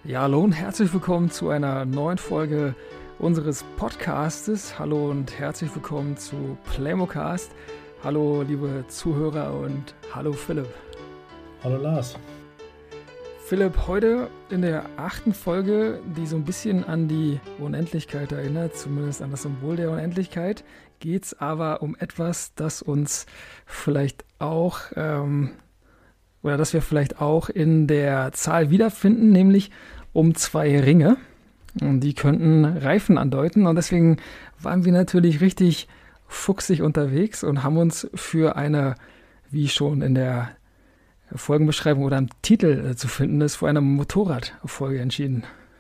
Ja, hallo und herzlich willkommen zu einer neuen Folge unseres Podcastes. Hallo und herzlich willkommen zu Playmocast. Hallo liebe Zuhörer und hallo Philipp. Hallo Lars. Philipp, heute in der 8. Folge, die so ein bisschen an die Unendlichkeit erinnert, zumindest an das Symbol der Unendlichkeit, geht es aber um etwas, das uns vielleicht auch, oder das wir vielleicht auch in der Zahl wiederfinden, nämlich um 2 Ringe. Und die könnten Reifen andeuten. Und deswegen waren wir natürlich richtig fuchsig unterwegs und haben uns für eine, wie schon in der Folgenbeschreibung oder im Titel zu finden ist, für eine Motorradfolge entschieden.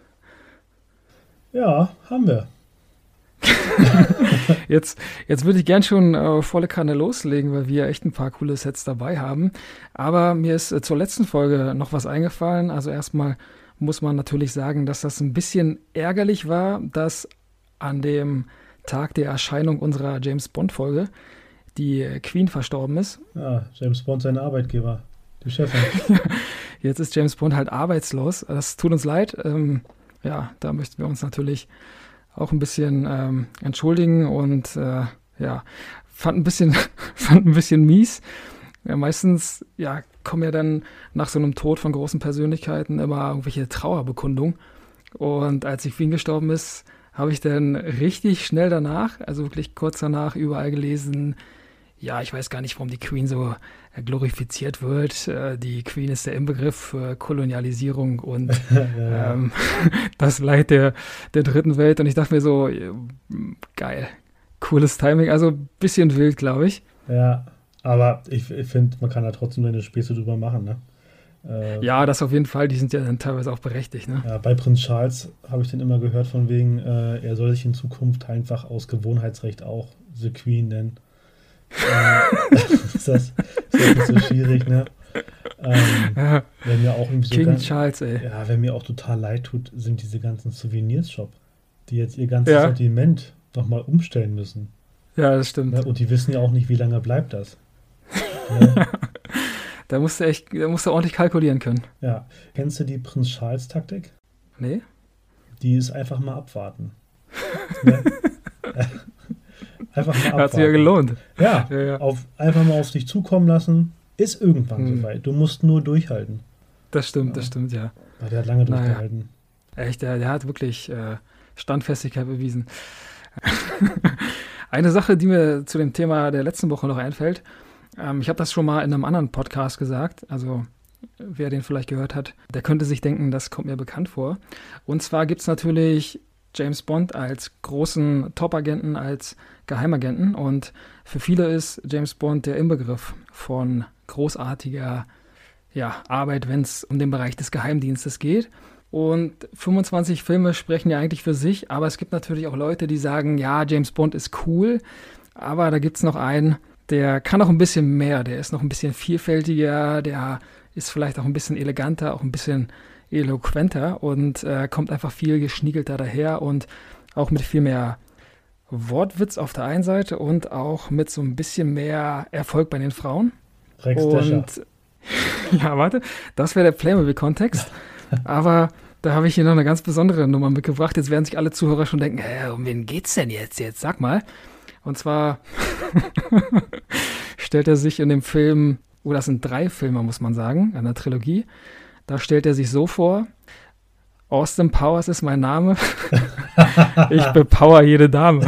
Ja, haben wir. Jetzt würde ich gern schon volle Kanne loslegen, weil wir echt ein paar coole Sets dabei haben. Aber mir ist zur letzten Folge noch was eingefallen. Also erstmal muss man natürlich sagen, dass das ein bisschen ärgerlich war, dass an dem Tag der Erscheinung unserer James-Bond-Folge die Queen verstorben ist. Ja, James Bond, sein Arbeitgeber, die Chefin. Jetzt ist James Bond halt arbeitslos. Das tut uns leid. Ja, da möchten wir uns natürlich auch ein bisschen entschuldigen und fand ein bisschen mies. Ja, meistens kommen ja dann nach so einem Tod von großen Persönlichkeiten immer irgendwelche Trauerbekundungen. Und als die Queen gestorben ist, habe ich dann richtig schnell danach, also wirklich kurz danach, überall gelesen, ja, ich weiß gar nicht, warum die Queen so glorifiziert wird. Die Queen ist der Inbegriff für Kolonialisierung und das Leid der dritten Welt. Und ich dachte mir so, geil, cooles Timing, also ein bisschen wild, glaube ich. Ja, aber ich finde, man kann da trotzdem eine Späße drüber machen, ne? Ja, das auf jeden Fall, die sind ja dann teilweise auch berechtigt, ne? Ja, bei Prinz Charles habe ich dann immer gehört von wegen, er soll sich in Zukunft einfach aus Gewohnheitsrecht auch The Queen nennen. Ist das nicht so schwierig, ne? Wenn mir auch irgendwie so King Charles, ey. Ja, wenn mir auch total leid tut, sind diese ganzen Souvenirs-Shop, die jetzt ihr ganzes Sortiment nochmal umstellen müssen. Ja, das stimmt. Ne? Und die wissen ja auch nicht, wie lange bleibt das. Ne? Da musst du ordentlich kalkulieren können. Ja. Kennst du die Prinz Charles-Taktik? Nee. Die ist einfach mal abwarten. Ne? Einfach mal abwarten. Hat sich ja gelohnt. Ja, ja. Einfach mal auf dich zukommen lassen. Ist irgendwann soweit. Du musst nur durchhalten. Das stimmt, ja. Weil der hat lange durchgehalten. Echt, der hat wirklich Standfestigkeit bewiesen. Eine Sache, die mir zu dem Thema der letzten Woche noch einfällt, ich habe das schon mal in einem anderen Podcast gesagt, also wer den vielleicht gehört hat, der könnte sich denken, das kommt mir bekannt vor. Und zwar gibt es natürlich James Bond als großen Top-Agenten, als Geheimagenten und für viele ist James Bond der Inbegriff von großartiger Arbeit, wenn es um den Bereich des Geheimdienstes geht. Und 25 Filme sprechen ja eigentlich für sich, aber es gibt natürlich auch Leute, die sagen, ja, James Bond ist cool, aber da gibt es noch einen, der kann auch ein bisschen mehr, der ist noch ein bisschen vielfältiger, der ist vielleicht auch ein bisschen eleganter, auch ein bisschen eloquenter und kommt einfach viel geschniegelter daher und auch mit viel mehr Wortwitz auf der einen Seite und auch mit so ein bisschen mehr Erfolg bei den Frauen. Rex Dasher. Und ja, warte, das wäre der Playmobil-Kontext, aber da habe ich hier noch eine ganz besondere Nummer mitgebracht. Jetzt werden sich alle Zuhörer schon denken, um wen geht's denn jetzt? Sag mal. Und zwar stellt er sich in dem Film, das sind 3 Filme, muss man sagen, einer Trilogie, da stellt er sich so vor, Austin Powers ist mein Name, ich bepower jede Dame.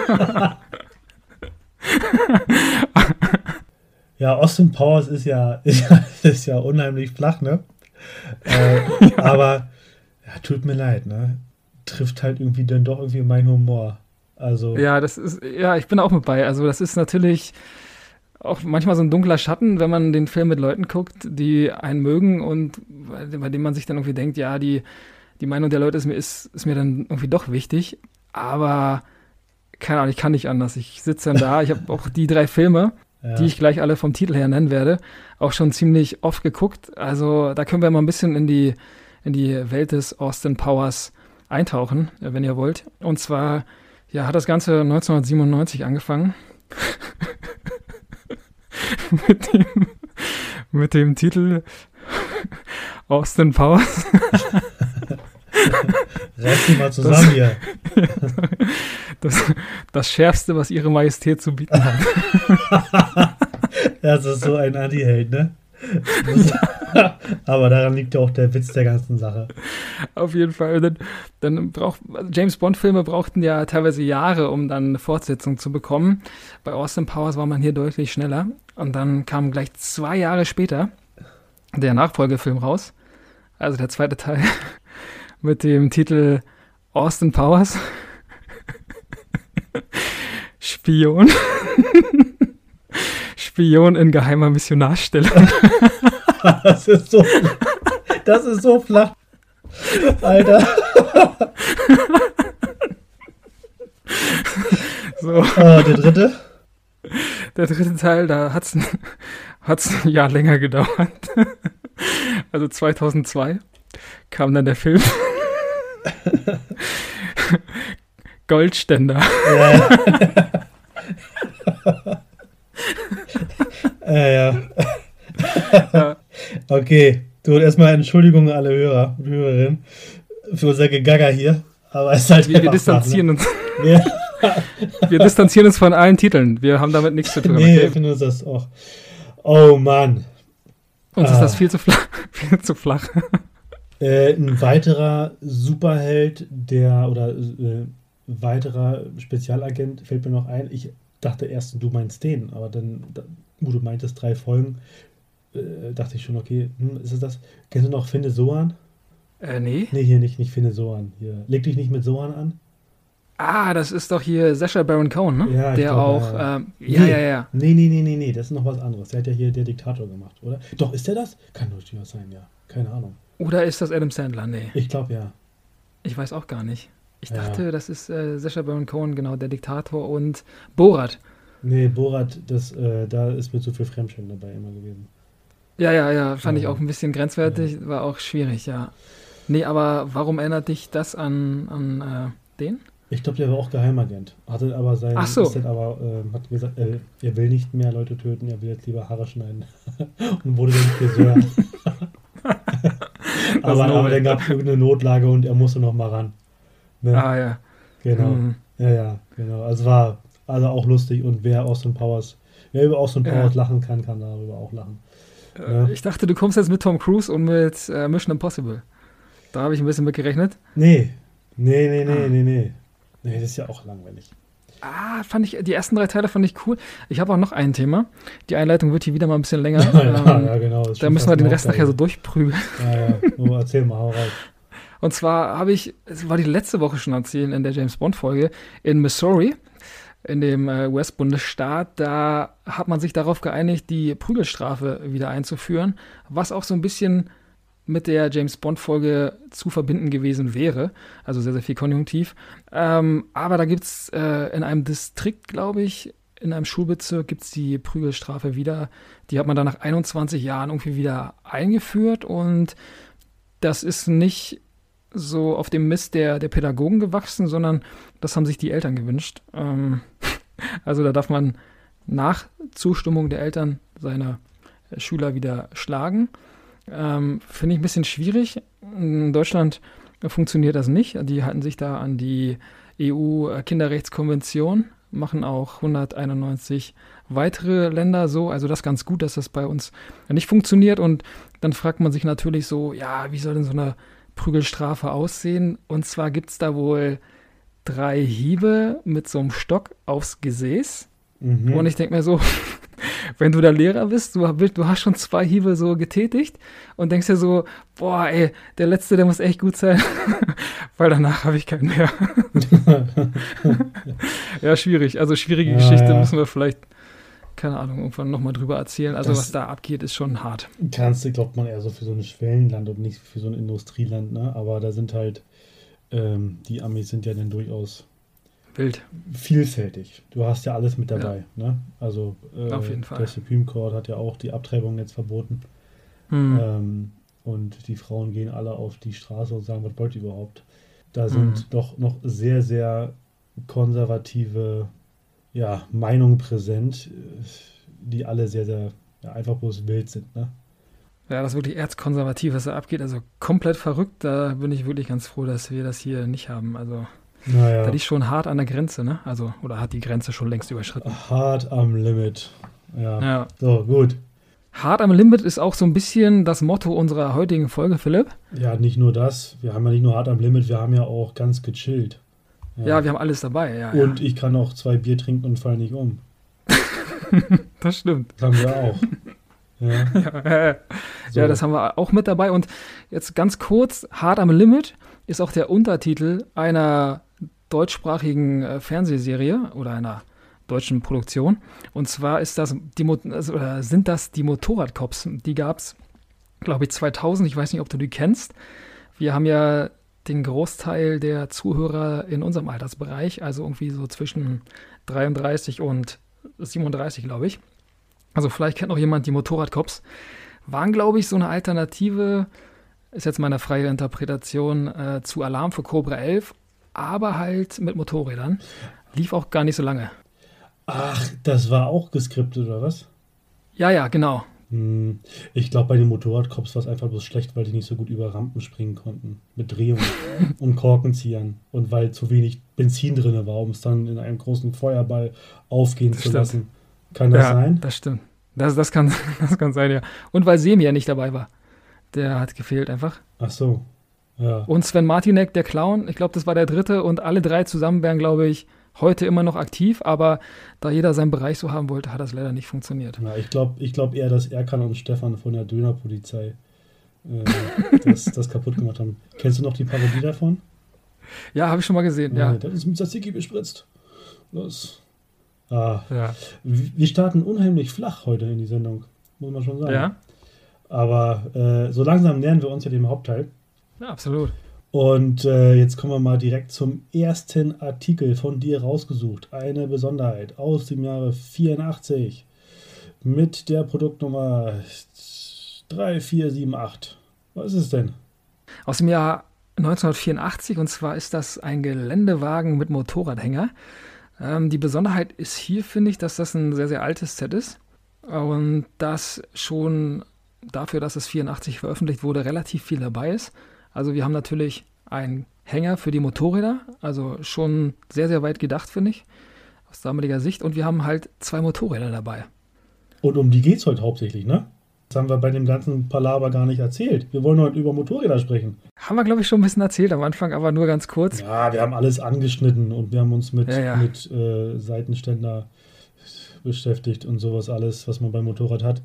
Ja, Austin Powers ist ja unheimlich flach, ne? Aber tut mir leid, ne? Trifft halt irgendwie dann doch irgendwie meinen Humor. Also. Ja, ich bin auch mit bei. Also das ist natürlich auch manchmal so ein dunkler Schatten, wenn man den Film mit Leuten guckt, die einen mögen und bei denen man sich dann irgendwie denkt, ja, die Meinung der Leute ist mir dann irgendwie doch wichtig. Aber keine Ahnung, ich kann nicht anders. Ich sitze dann da, ich habe auch die 3 Filme, die ich gleich alle vom Titel her nennen werde, auch schon ziemlich oft geguckt. Also da können wir mal ein bisschen in die Welt des Austin Powers eintauchen, wenn ihr wollt. Und zwar hat das Ganze 1997 angefangen. mit dem Titel Austin Powers. Reiß dich mal zusammen hier. Das Schärfste, was ihre Majestät zu bieten hat. Das ist so ein Anti-Held, ne? Aber daran liegt ja auch der Witz der ganzen Sache. Auf jeden Fall. Dann James Bond-Filme brauchten ja teilweise Jahre, um dann eine Fortsetzung zu bekommen. Bei Austin Powers war man hier deutlich schneller. Und dann kam gleich 2 Jahre später der Nachfolgefilm raus. Also der zweite Teil mit dem Titel Austin Powers. Spion. Spion in geheimer Missionarstellung. Das ist so flach. Alter. So. Der dritte? Der dritte Teil, da hat's ein Jahr länger gedauert. Also 2002 kam dann der Film. Goldständer. Ja. Okay, du, erstmal Entschuldigung an alle Hörer und Hörerinnen für unser Gegagger hier, aber es ist halt wir distanzieren uns. Ja. Wir distanzieren uns von allen Titeln. Wir haben damit nichts zu tun. Nee, okay? wir finden uns das auch. Oh Mann. Uns ist das viel zu flach. Viel zu flach. Ein weiterer Superheld, weiterer Spezialagent fällt mir noch ein. Ich dachte erst, du meinst den, aber dann, wo du meintest 3 Folgen, dachte ich schon, okay, ist es das? Kennst du noch Finde Sohan? Nee. Nee, hier nicht Finde Sohan. Hier. Leg dich nicht mit Sohan an. Ah, das ist doch hier Sacha Baron Cohen, ne? Ja, der glaub, auch, ja. Nee, das ist noch was anderes. Der hat ja hier der Diktator gemacht, oder? Doch, ist der das? Kann durchaus sein, ja. Keine Ahnung. Oder ist das Adam Sandler? Nee. Ich glaube, ja. Ich weiß auch gar nicht. Ich dachte, das ist Sacha Baron Cohen, genau, der Diktator und Borat. Nee, Borat, da ist mir zu viel Fremdschämen dabei immer gewesen. Ja, fand ich auch ein bisschen grenzwertig, war auch schwierig, ja. Nee, aber warum erinnert dich das an den? Ich glaube, der war auch Geheimagent. Hatte aber sein. Ach so. Hat gesagt, er will nicht mehr Leute töten, er will jetzt lieber Haare schneiden. Und wurde dann Friseur. aber dann gab es irgendeine Notlage und er musste noch mal ran. Ne? Ah, ja. Genau. Mhm. Ja, genau. Also war auch lustig und wer über Austin Powers lachen kann darüber auch lachen. Ja. Ich dachte, du kommst jetzt mit Tom Cruise und mit Mission Impossible. Da habe ich ein bisschen mitgerechnet. Nee, das ist ja auch langweilig. Die ersten 3 Teile fand ich cool. Ich habe auch noch ein Thema. Die Einleitung wird hier wieder mal ein bisschen länger. Ja, genau. Da müssen wir den Rest nachher so durchprügeln. Ja. Erzähl mal, hau raus. Und zwar es war die letzte Woche schon erzählen in der James Bond-Folge, in Missouri, in dem US-Bundesstaat, da hat man sich darauf geeinigt, die Prügelstrafe wieder einzuführen, was auch so ein bisschen mit der James-Bond-Folge zu verbinden gewesen wäre. Also sehr, sehr viel Konjunktiv. Aber da gibt es in einem Distrikt, glaube ich, in einem Schulbezirk gibt es die Prügelstrafe wieder. Die hat man dann nach 21 Jahren irgendwie wieder eingeführt. Und das ist nicht so auf dem Mist der Pädagogen gewachsen, sondern das haben sich die Eltern gewünscht. Also da darf man nach Zustimmung der Eltern seiner Schüler wieder schlagen. Finde ich ein bisschen schwierig. In Deutschland funktioniert das nicht. Die halten sich da an die EU-Kinderrechtskonvention, machen auch 191 weitere Länder so. Also das ist ganz gut, dass das bei uns nicht funktioniert. Und dann fragt man sich natürlich so, ja, wie soll denn so eine Prügelstrafe aussehen? Und zwar gibt es da wohl 3 Hiebe mit so einem Stock aufs Gesäß. Mhm. Und ich denke mir so, wenn du der Lehrer bist, du hast schon 2 Hiebe so getätigt und denkst dir so, boah, ey, der letzte, der muss echt gut sein, weil danach habe ich keinen mehr. Ja, schwierig. Also schwierige Geschichte, müssen wir vielleicht, keine Ahnung, irgendwann nochmal drüber erzählen. Also was da abgeht, ist schon hart. Glaubt man eher so für so ein Schwellenland und nicht für so ein Industrieland, ne? Aber da sind halt, die Amis sind ja dann durchaus wild. Vielfältig. Du hast ja alles mit dabei. Ja. Ne? Also auf jeden Fall. Der Supreme Court hat ja auch die Abtreibung jetzt verboten. Und die Frauen gehen alle auf die Straße und sagen, was wollt ihr überhaupt? Da sind doch noch sehr, sehr konservative Meinungen präsent, die alle sehr, sehr einfach bloß wild sind. Ne? Ja, das ist wirklich erzkonservativ, was da abgeht. Also komplett verrückt. Da bin ich wirklich ganz froh, dass wir das hier nicht haben. Also da liegt schon hart an der Grenze, ne? Also, oder hat die Grenze schon längst überschritten. Hart am Limit. Ja. So, gut. Hart am Limit ist auch so ein bisschen das Motto unserer heutigen Folge, Philipp. Ja, nicht nur das. Wir haben ja nicht nur hart am Limit, wir haben ja auch ganz gechillt. Ja, wir haben alles dabei, ja. Und ich kann auch 2 Bier trinken und fall nicht um. Das stimmt. Das haben wir auch. Ja. Ja, das haben wir auch mit dabei. Und jetzt ganz kurz, Hart am Limit ist auch der Untertitel einer deutschsprachigen Fernsehserie oder einer deutschen Produktion. Und zwar ist das sind das die Motorradcops. Die gab es, glaube ich, 2000. Ich weiß nicht, ob du die kennst. Wir haben ja den Großteil der Zuhörer in unserem Altersbereich, also irgendwie so zwischen 33 und 37, glaube ich. Also vielleicht kennt noch jemand die Motorradcops. Waren, glaube ich, so eine Alternative, ist jetzt meine freie Interpretation, zu Alarm für Cobra 11, aber halt mit Motorrädern. Lief auch gar nicht so lange. Ach, das war auch geskriptet, oder was? Ja, genau. Ich glaube, bei den Motorradcops war es einfach bloß schlecht, weil die nicht so gut über Rampen springen konnten. Mit Drehungen und Korkenziehern. Und weil zu wenig Benzin drin war, um es dann in einem großen Feuerball aufgehen zu lassen. Kann das sein? Das stimmt. Das kann sein, ja. Und weil Semi ja nicht dabei war. Der hat gefehlt einfach. Ach so, ja. Und Sven Martinek, der Clown, ich glaube, das war der dritte. Und alle 3 zusammen wären, glaube ich, heute immer noch aktiv. Aber da jeder seinen Bereich so haben wollte, hat das leider nicht funktioniert. Ja, ich glaub eher, dass Erkan und Stefan von der Dönerpolizei das kaputt gemacht haben. Kennst du noch die Parodie davon? Ja, habe ich schon mal gesehen, ja. Das ist mit Tzatziki bespritzt. Los. Ja. Wir starten unheimlich flach heute in die Sendung, muss man schon sagen. Ja. Aber so langsam nähern wir uns ja dem Hauptteil. Ja, absolut. Und jetzt kommen wir mal direkt zum ersten Artikel von dir rausgesucht. Eine Besonderheit aus dem Jahre 84 mit der Produktnummer 3478. Was ist es denn? Aus dem Jahr 1984, und zwar ist das ein Geländewagen mit Motorradhänger. Die Besonderheit ist hier, finde ich, dass das ein sehr, sehr altes Set ist und dass schon dafür, dass es 84 veröffentlicht wurde, relativ viel dabei ist. Also wir haben natürlich einen Hänger für die Motorräder, also schon sehr, sehr weit gedacht, finde ich, aus damaliger Sicht. Und wir haben halt 2 Motorräder dabei. Und um die geht es heute hauptsächlich, ne? Das haben wir bei dem ganzen Palaver gar nicht erzählt. Wir wollen heute über Motorräder sprechen. Haben wir, glaube ich, schon ein bisschen erzählt am Anfang, aber nur ganz kurz. Ja, wir haben alles angeschnitten und wir haben uns mit Seitenständer beschäftigt und sowas alles, was man beim Motorrad hat.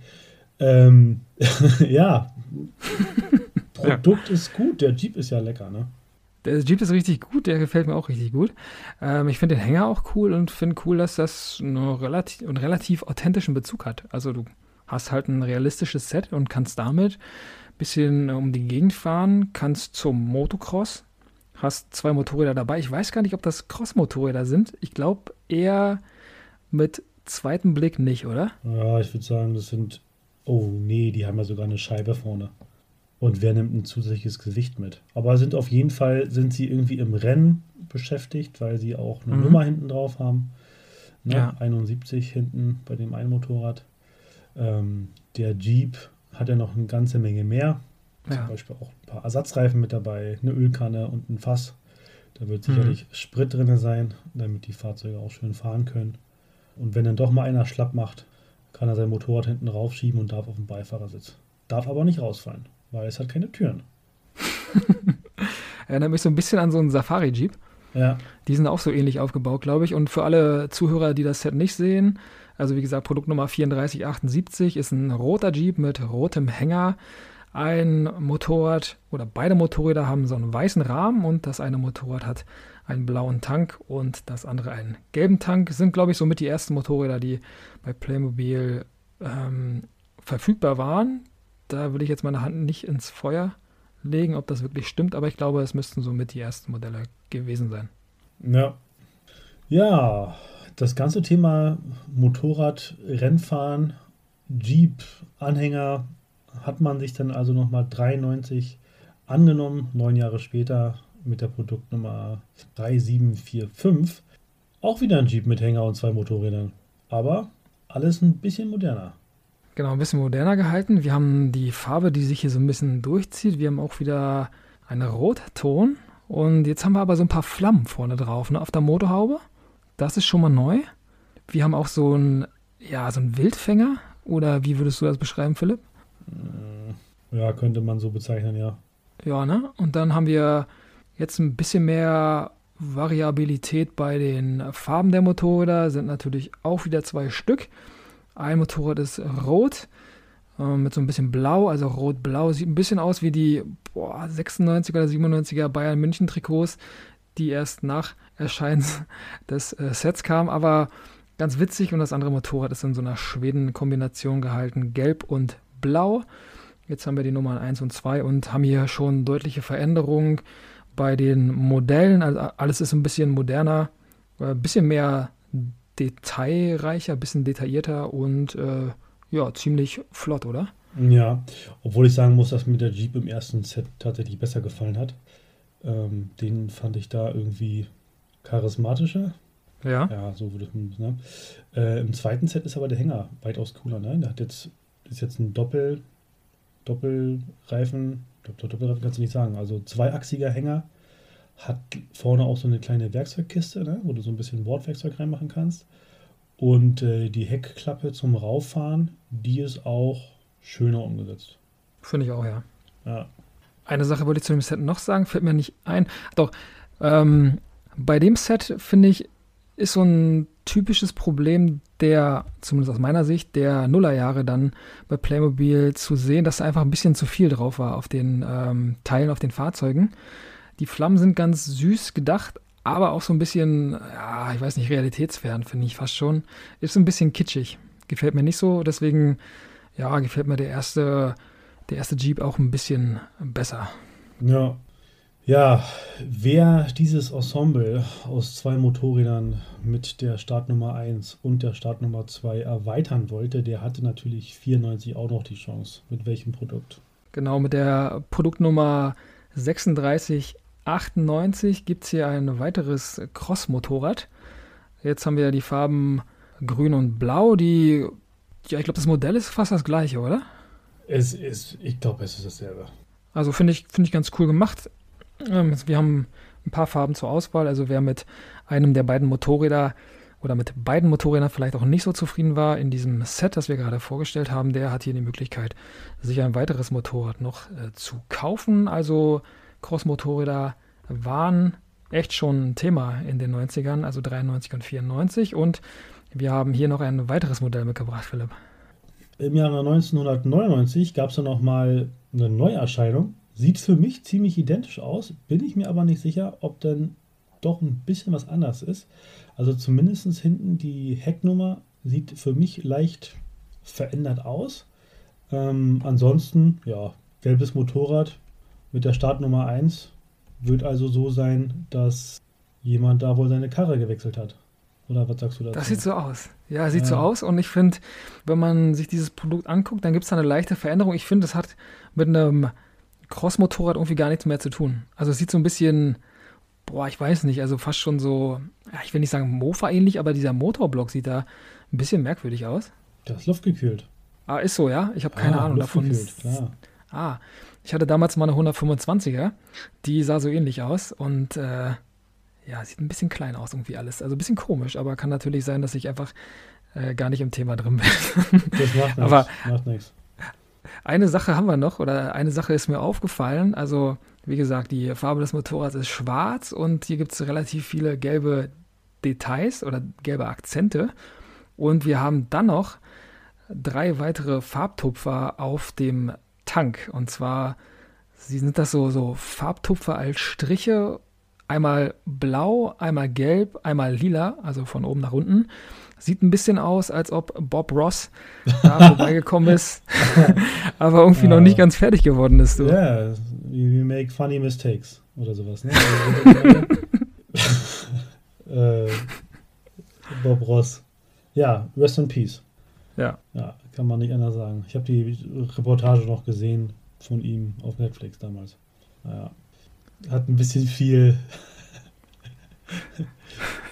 Ja, Produkt ist gut. Der Jeep ist ja lecker, ne? Der Jeep ist richtig gut, der gefällt mir auch richtig gut. Ich finde den Hänger auch cool und finde cool, dass das einen relativ authentischen Bezug hat. Also du hast halt ein realistisches Set und kannst damit ein bisschen um die Gegend fahren, kannst zum Motocross, hast 2 Motorräder dabei. Ich weiß gar nicht, ob das Cross-Motorräder sind. Ich glaube eher mit zweitem Blick nicht, oder? Ja, ich würde sagen, das sind... Oh nee, die haben ja sogar eine Scheibe vorne. Und wer nimmt ein zusätzliches Gewicht mit? Aber sind auf jeden Fall, sind sie irgendwie im Rennen beschäftigt, weil sie auch eine Nummer hinten drauf haben. Ne? Ja. 71 hinten bei dem einen Motorrad. Der Jeep hat ja noch eine ganze Menge mehr. Ja. Zum Beispiel auch ein paar Ersatzreifen mit dabei, eine Ölkanne und ein Fass. Da wird sicherlich Sprit drin sein, damit die Fahrzeuge auch schön fahren können. Und wenn dann doch mal einer schlapp macht, kann er sein Motorrad hinten raufschieben und darf auf dem Beifahrersitz. Darf aber nicht rausfallen, weil es hat keine Türen. Erinnert mich so ein bisschen an so einen Safari-Jeep. Ja. Die sind auch so ähnlich aufgebaut, glaube ich. Und für alle Zuhörer, die das Set nicht sehen, also wie gesagt, Produktnummer 3478 ist ein roter Jeep mit rotem Hänger. Ein Motorrad oder beide Motorräder haben so einen weißen Rahmen und das eine Motorrad hat einen blauen Tank und das andere einen gelben Tank. Sind, glaube ich, somit die ersten Motorräder, die bei Playmobil verfügbar waren. Da würde ich jetzt meine Hand nicht ins Feuer legen, ob das wirklich stimmt, aber ich glaube, es müssten somit die ersten Modelle gewesen sein. Ja, das ganze Thema Motorrad, Rennfahren, Jeep, Anhänger hat man sich dann also nochmal 93 angenommen, 9 Jahre später mit der Produktnummer 3745. Auch wieder ein Jeep mit Hänger und 2 Motorrädern, aber alles ein bisschen moderner. Genau, ein bisschen moderner gehalten. Wir haben die Farbe, die sich hier so ein bisschen durchzieht. Wir haben auch wieder einen Rotton. Und jetzt haben wir aber so ein paar Flammen vorne drauf, ne, auf der Motorhaube. Das ist schon mal neu. Wir haben auch so ein Wildfänger. Oder wie würdest du das beschreiben, Philipp? Ja, könnte man so bezeichnen, ja. Ja, ne? Und dann haben wir jetzt ein bisschen mehr Variabilität bei den Farben der Motorräder. Sind natürlich auch wieder 2 Stück. Ein Motorrad ist rot mit so ein bisschen blau, also rot-blau. Sieht ein bisschen aus wie die 96er oder 97er Bayern München Trikots, die erst nach Erscheinen des Sets kamen. Aber ganz witzig, und das andere Motorrad ist in so einer Schweden-Kombination gehalten, gelb und blau. Jetzt haben wir die Nummern 1 und 2 und haben hier schon deutliche Veränderungen bei den Modellen. Also alles ist ein bisschen moderner, ein bisschen mehr detailreicher, ein bisschen detaillierter und ziemlich flott, oder? Ja, obwohl ich sagen muss, dass mir der Jeep im ersten Set tatsächlich besser gefallen hat. Den fand ich da irgendwie charismatischer. Ja. Ja, so würde man es, ne? Im zweiten Set ist aber der Hänger weitaus cooler, ne? Der ist jetzt ein Doppelreifen, Doppelreifen kannst du nicht sagen, also zweiachsiger Hänger, hat vorne auch so eine kleine Werkzeugkiste, ne, wo du so ein bisschen Bordwerkzeug reinmachen kannst. Und die Heckklappe zum Rauffahren, die ist auch schöner umgesetzt. Finde ich auch, ja. Ja. Eine Sache wollte ich zu dem Set noch sagen, fällt mir nicht ein. Doch, bei dem Set, finde ich, ist so ein typisches Problem der, zumindest aus meiner Sicht, der Nullerjahre dann bei Playmobil zu sehen, dass da einfach ein bisschen zu viel drauf war auf den Teilen, auf den Fahrzeugen. Die Flammen sind ganz süß gedacht, aber auch so ein bisschen, ja, ich weiß nicht, realitätsfern, finde ich fast schon. Ist ein bisschen kitschig. Gefällt mir nicht so, deswegen, ja, gefällt mir der erste Jeep auch ein bisschen besser. Ja. Ja, wer dieses Ensemble aus 2 Motorrädern mit der Startnummer 1 und der Startnummer 2 erweitern wollte, der hatte natürlich 94 auch noch die Chance. Mit welchem Produkt? Genau, mit der Produktnummer 3698 gibt es hier ein weiteres Cross-Motorrad. Jetzt haben wir die Farben grün und blau, ich glaube, das Modell ist fast das gleiche, oder? Ich glaube, es ist dasselbe. Also finde ich ganz cool gemacht. Wir haben ein paar Farben zur Auswahl. Also wer mit einem der beiden Motorräder oder mit beiden Motorrädern vielleicht auch nicht so zufrieden war in diesem Set, das wir gerade vorgestellt haben, der hat hier die Möglichkeit, sich ein weiteres Motorrad noch zu kaufen. Also Cross-Motorräder waren echt schon ein Thema in den 90ern, also 93 und 94. Und wir haben hier noch ein weiteres Modell mitgebracht, Philipp. Im Jahre 1999 gab es dann nochmal eine Neuerscheinung. Sieht für mich ziemlich identisch aus, bin ich mir aber nicht sicher, ob dann doch ein bisschen was anders ist. Also zumindest hinten die Hecknummer sieht für mich leicht verändert aus. Ansonsten, ja, gelbes Motorrad mit der Startnummer 1 wird also so sein, dass jemand da wohl seine Karre gewechselt hat. Oder was sagst du dazu? Das sieht so aus. Ja, sieht so aus. Und ich finde, wenn man sich dieses Produkt anguckt, dann gibt es da eine leichte Veränderung. Ich finde, es hat mit einem Cross-Motorrad irgendwie gar nichts mehr zu tun. Also es sieht so ein bisschen, ich weiß nicht, also fast schon so, ja, ich will nicht sagen Mofa-ähnlich, aber dieser Motorblock sieht da ein bisschen merkwürdig aus. Das ist luftgekühlt. Ah, ist so, ja? Ich habe keine Ahnung davon. Klar. Ich hatte damals mal eine 125er, die sah so ähnlich aus und sieht ein bisschen klein aus irgendwie alles. Also ein bisschen komisch, aber kann natürlich sein, dass ich einfach gar nicht im Thema drin bin. Das macht nichts. Aber eine Sache haben wir noch, oder eine Sache ist mir aufgefallen. Also, wie gesagt, die Farbe des Motorrads ist schwarz und hier gibt es relativ viele gelbe Details oder gelbe Akzente. Und wir haben dann noch 3 weitere Farbtupfer auf dem Tank. Und zwar sind das so Farbtupfer als Striche. Einmal blau, einmal gelb, einmal lila, also von oben nach unten. Sieht ein bisschen aus, als ob Bob Ross da vorbeigekommen ist, aber irgendwie noch nicht ganz fertig geworden ist. Ja, yeah, we make funny mistakes oder sowas. Ne? Bob Ross. Ja, rest in peace. Ja, kann man nicht anders sagen. Ich habe die Reportage noch gesehen von ihm auf Netflix damals. Naja, hat ein bisschen viel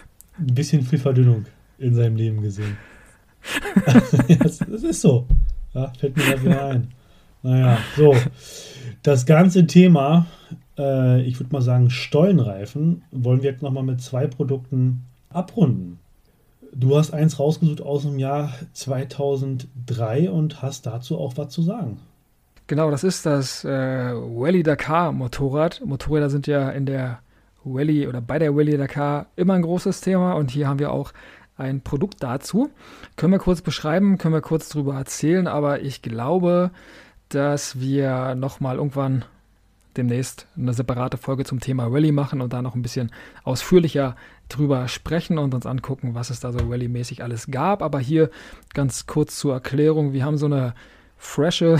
Verdünnung in seinem Leben gesehen. Das ist so. Ja, fällt mir das wieder ein. Naja, so. Das ganze Thema, ich würde mal sagen, Stollenreifen, wollen wir jetzt nochmal mit 2 Produkten abrunden. Du hast eins rausgesucht aus dem Jahr 2003 und hast dazu auch was zu sagen. Genau, das ist das Rallye Dakar Motorrad. Motorräder sind ja in der Rallye oder bei der Rallye Dakar immer ein großes Thema und hier haben wir auch ein Produkt dazu. Können wir kurz beschreiben, können wir kurz drüber erzählen, aber ich glaube, dass wir nochmal irgendwann demnächst eine separate Folge zum Thema Rallye machen und da noch ein bisschen ausführlicher drüber sprechen und uns angucken, was es da so Rallye-mäßig alles gab. Aber hier ganz kurz zur Erklärung, wir haben so eine frische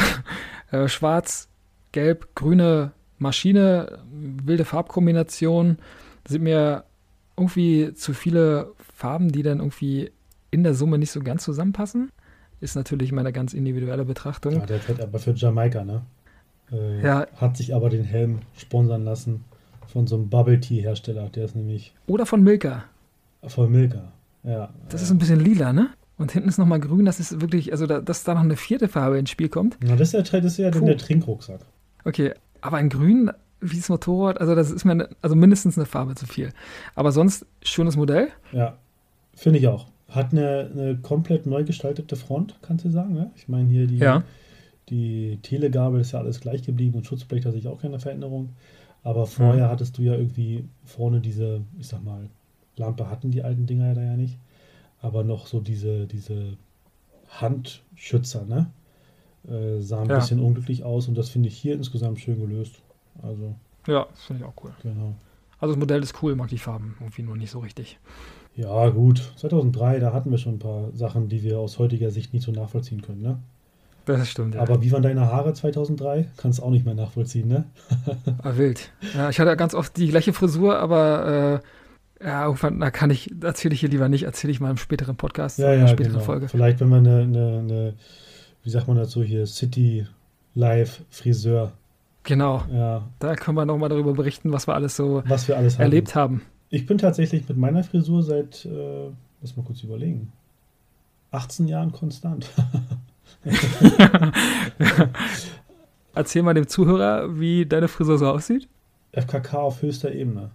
schwarz-gelb-grüne Maschine, wilde Farbkombination, sind mir irgendwie zu viele Farben, die dann irgendwie in der Summe nicht so ganz zusammenpassen. Ist natürlich meine ganz individuelle Betrachtung. Ja, der fährt aber für Jamaika, ne? Ja. Hat sich aber den Helm sponsern lassen von so einem Bubble-Tea-Hersteller. Der ist nämlich Oder von Milka. von Milka. Ja. Das ist ein bisschen lila, ne? Und hinten ist nochmal grün. Das ist wirklich, also dass da noch eine 4. Farbe ins Spiel kommt. Na, das ist ja dann der Trinkrucksack. Okay, aber in grün, wie das Motorrad, also das ist mir also mindestens eine Farbe zu viel. Aber sonst schönes Modell. Ja, finde ich auch. Hat eine komplett neu gestaltete Front, kannst du sagen, ne? Ich meine hier die Telegabel ist ja alles gleich geblieben und Schutzblech hat sich auch keine Veränderung. Aber vorher hattest du ja irgendwie vorne diese, ich sag mal, Lampe hatten die alten Dinger ja da ja nicht. Aber noch so diese Handschützer, ne? Sah ein bisschen unglücklich aus und das finde ich hier insgesamt schön gelöst. Also. Ja, das finde ich auch cool. Genau. Also das Modell ist cool, mag die Farben irgendwie nur nicht so richtig. Ja, gut. 2003, da hatten wir schon ein paar Sachen, die wir aus heutiger Sicht nicht so nachvollziehen können, ne? Das stimmt, ja. Aber wie waren deine Haare 2003? Kannst auch nicht mehr nachvollziehen, ne? Wild. Ja, ich hatte ganz oft die gleiche Frisur, aber irgendwann, erzähle ich hier lieber nicht, erzähle ich mal im späteren Podcast, in einer späteren Folge. Vielleicht, wenn wir eine, wie sagt man dazu hier, City Live Friseur. Genau. Ja. Da können wir nochmal darüber berichten, was wir alles alles erlebt haben. Ich bin tatsächlich mit meiner Frisur seit, lass mal kurz überlegen, 18 Jahren konstant. Erzähl mal dem Zuhörer, wie deine Frisur so aussieht. FKK auf höchster Ebene.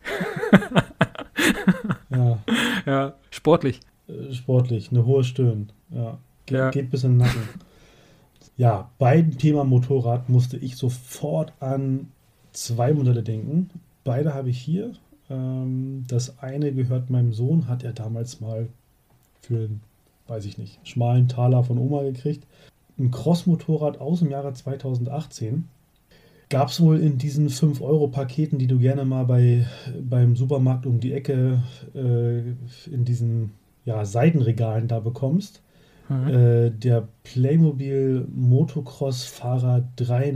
Ja, sportlich. Sportlich, eine hohe Stirn. Ja. Geht bis in den Nacken. Ja, beim Thema Motorrad musste ich sofort an 2 Modelle denken. Beide habe ich hier. Das eine gehört meinem Sohn, hat er damals mal für einen, weiß ich nicht, schmalen Taler von Oma gekriegt. Ein Cross-Motorrad aus dem Jahre 2018. Gab es wohl in diesen 5-Euro-Paketen, die du gerne mal beim Supermarkt um die Ecke in diesen Seidenregalen da bekommst. Der Playmobil Motocross Fahrrad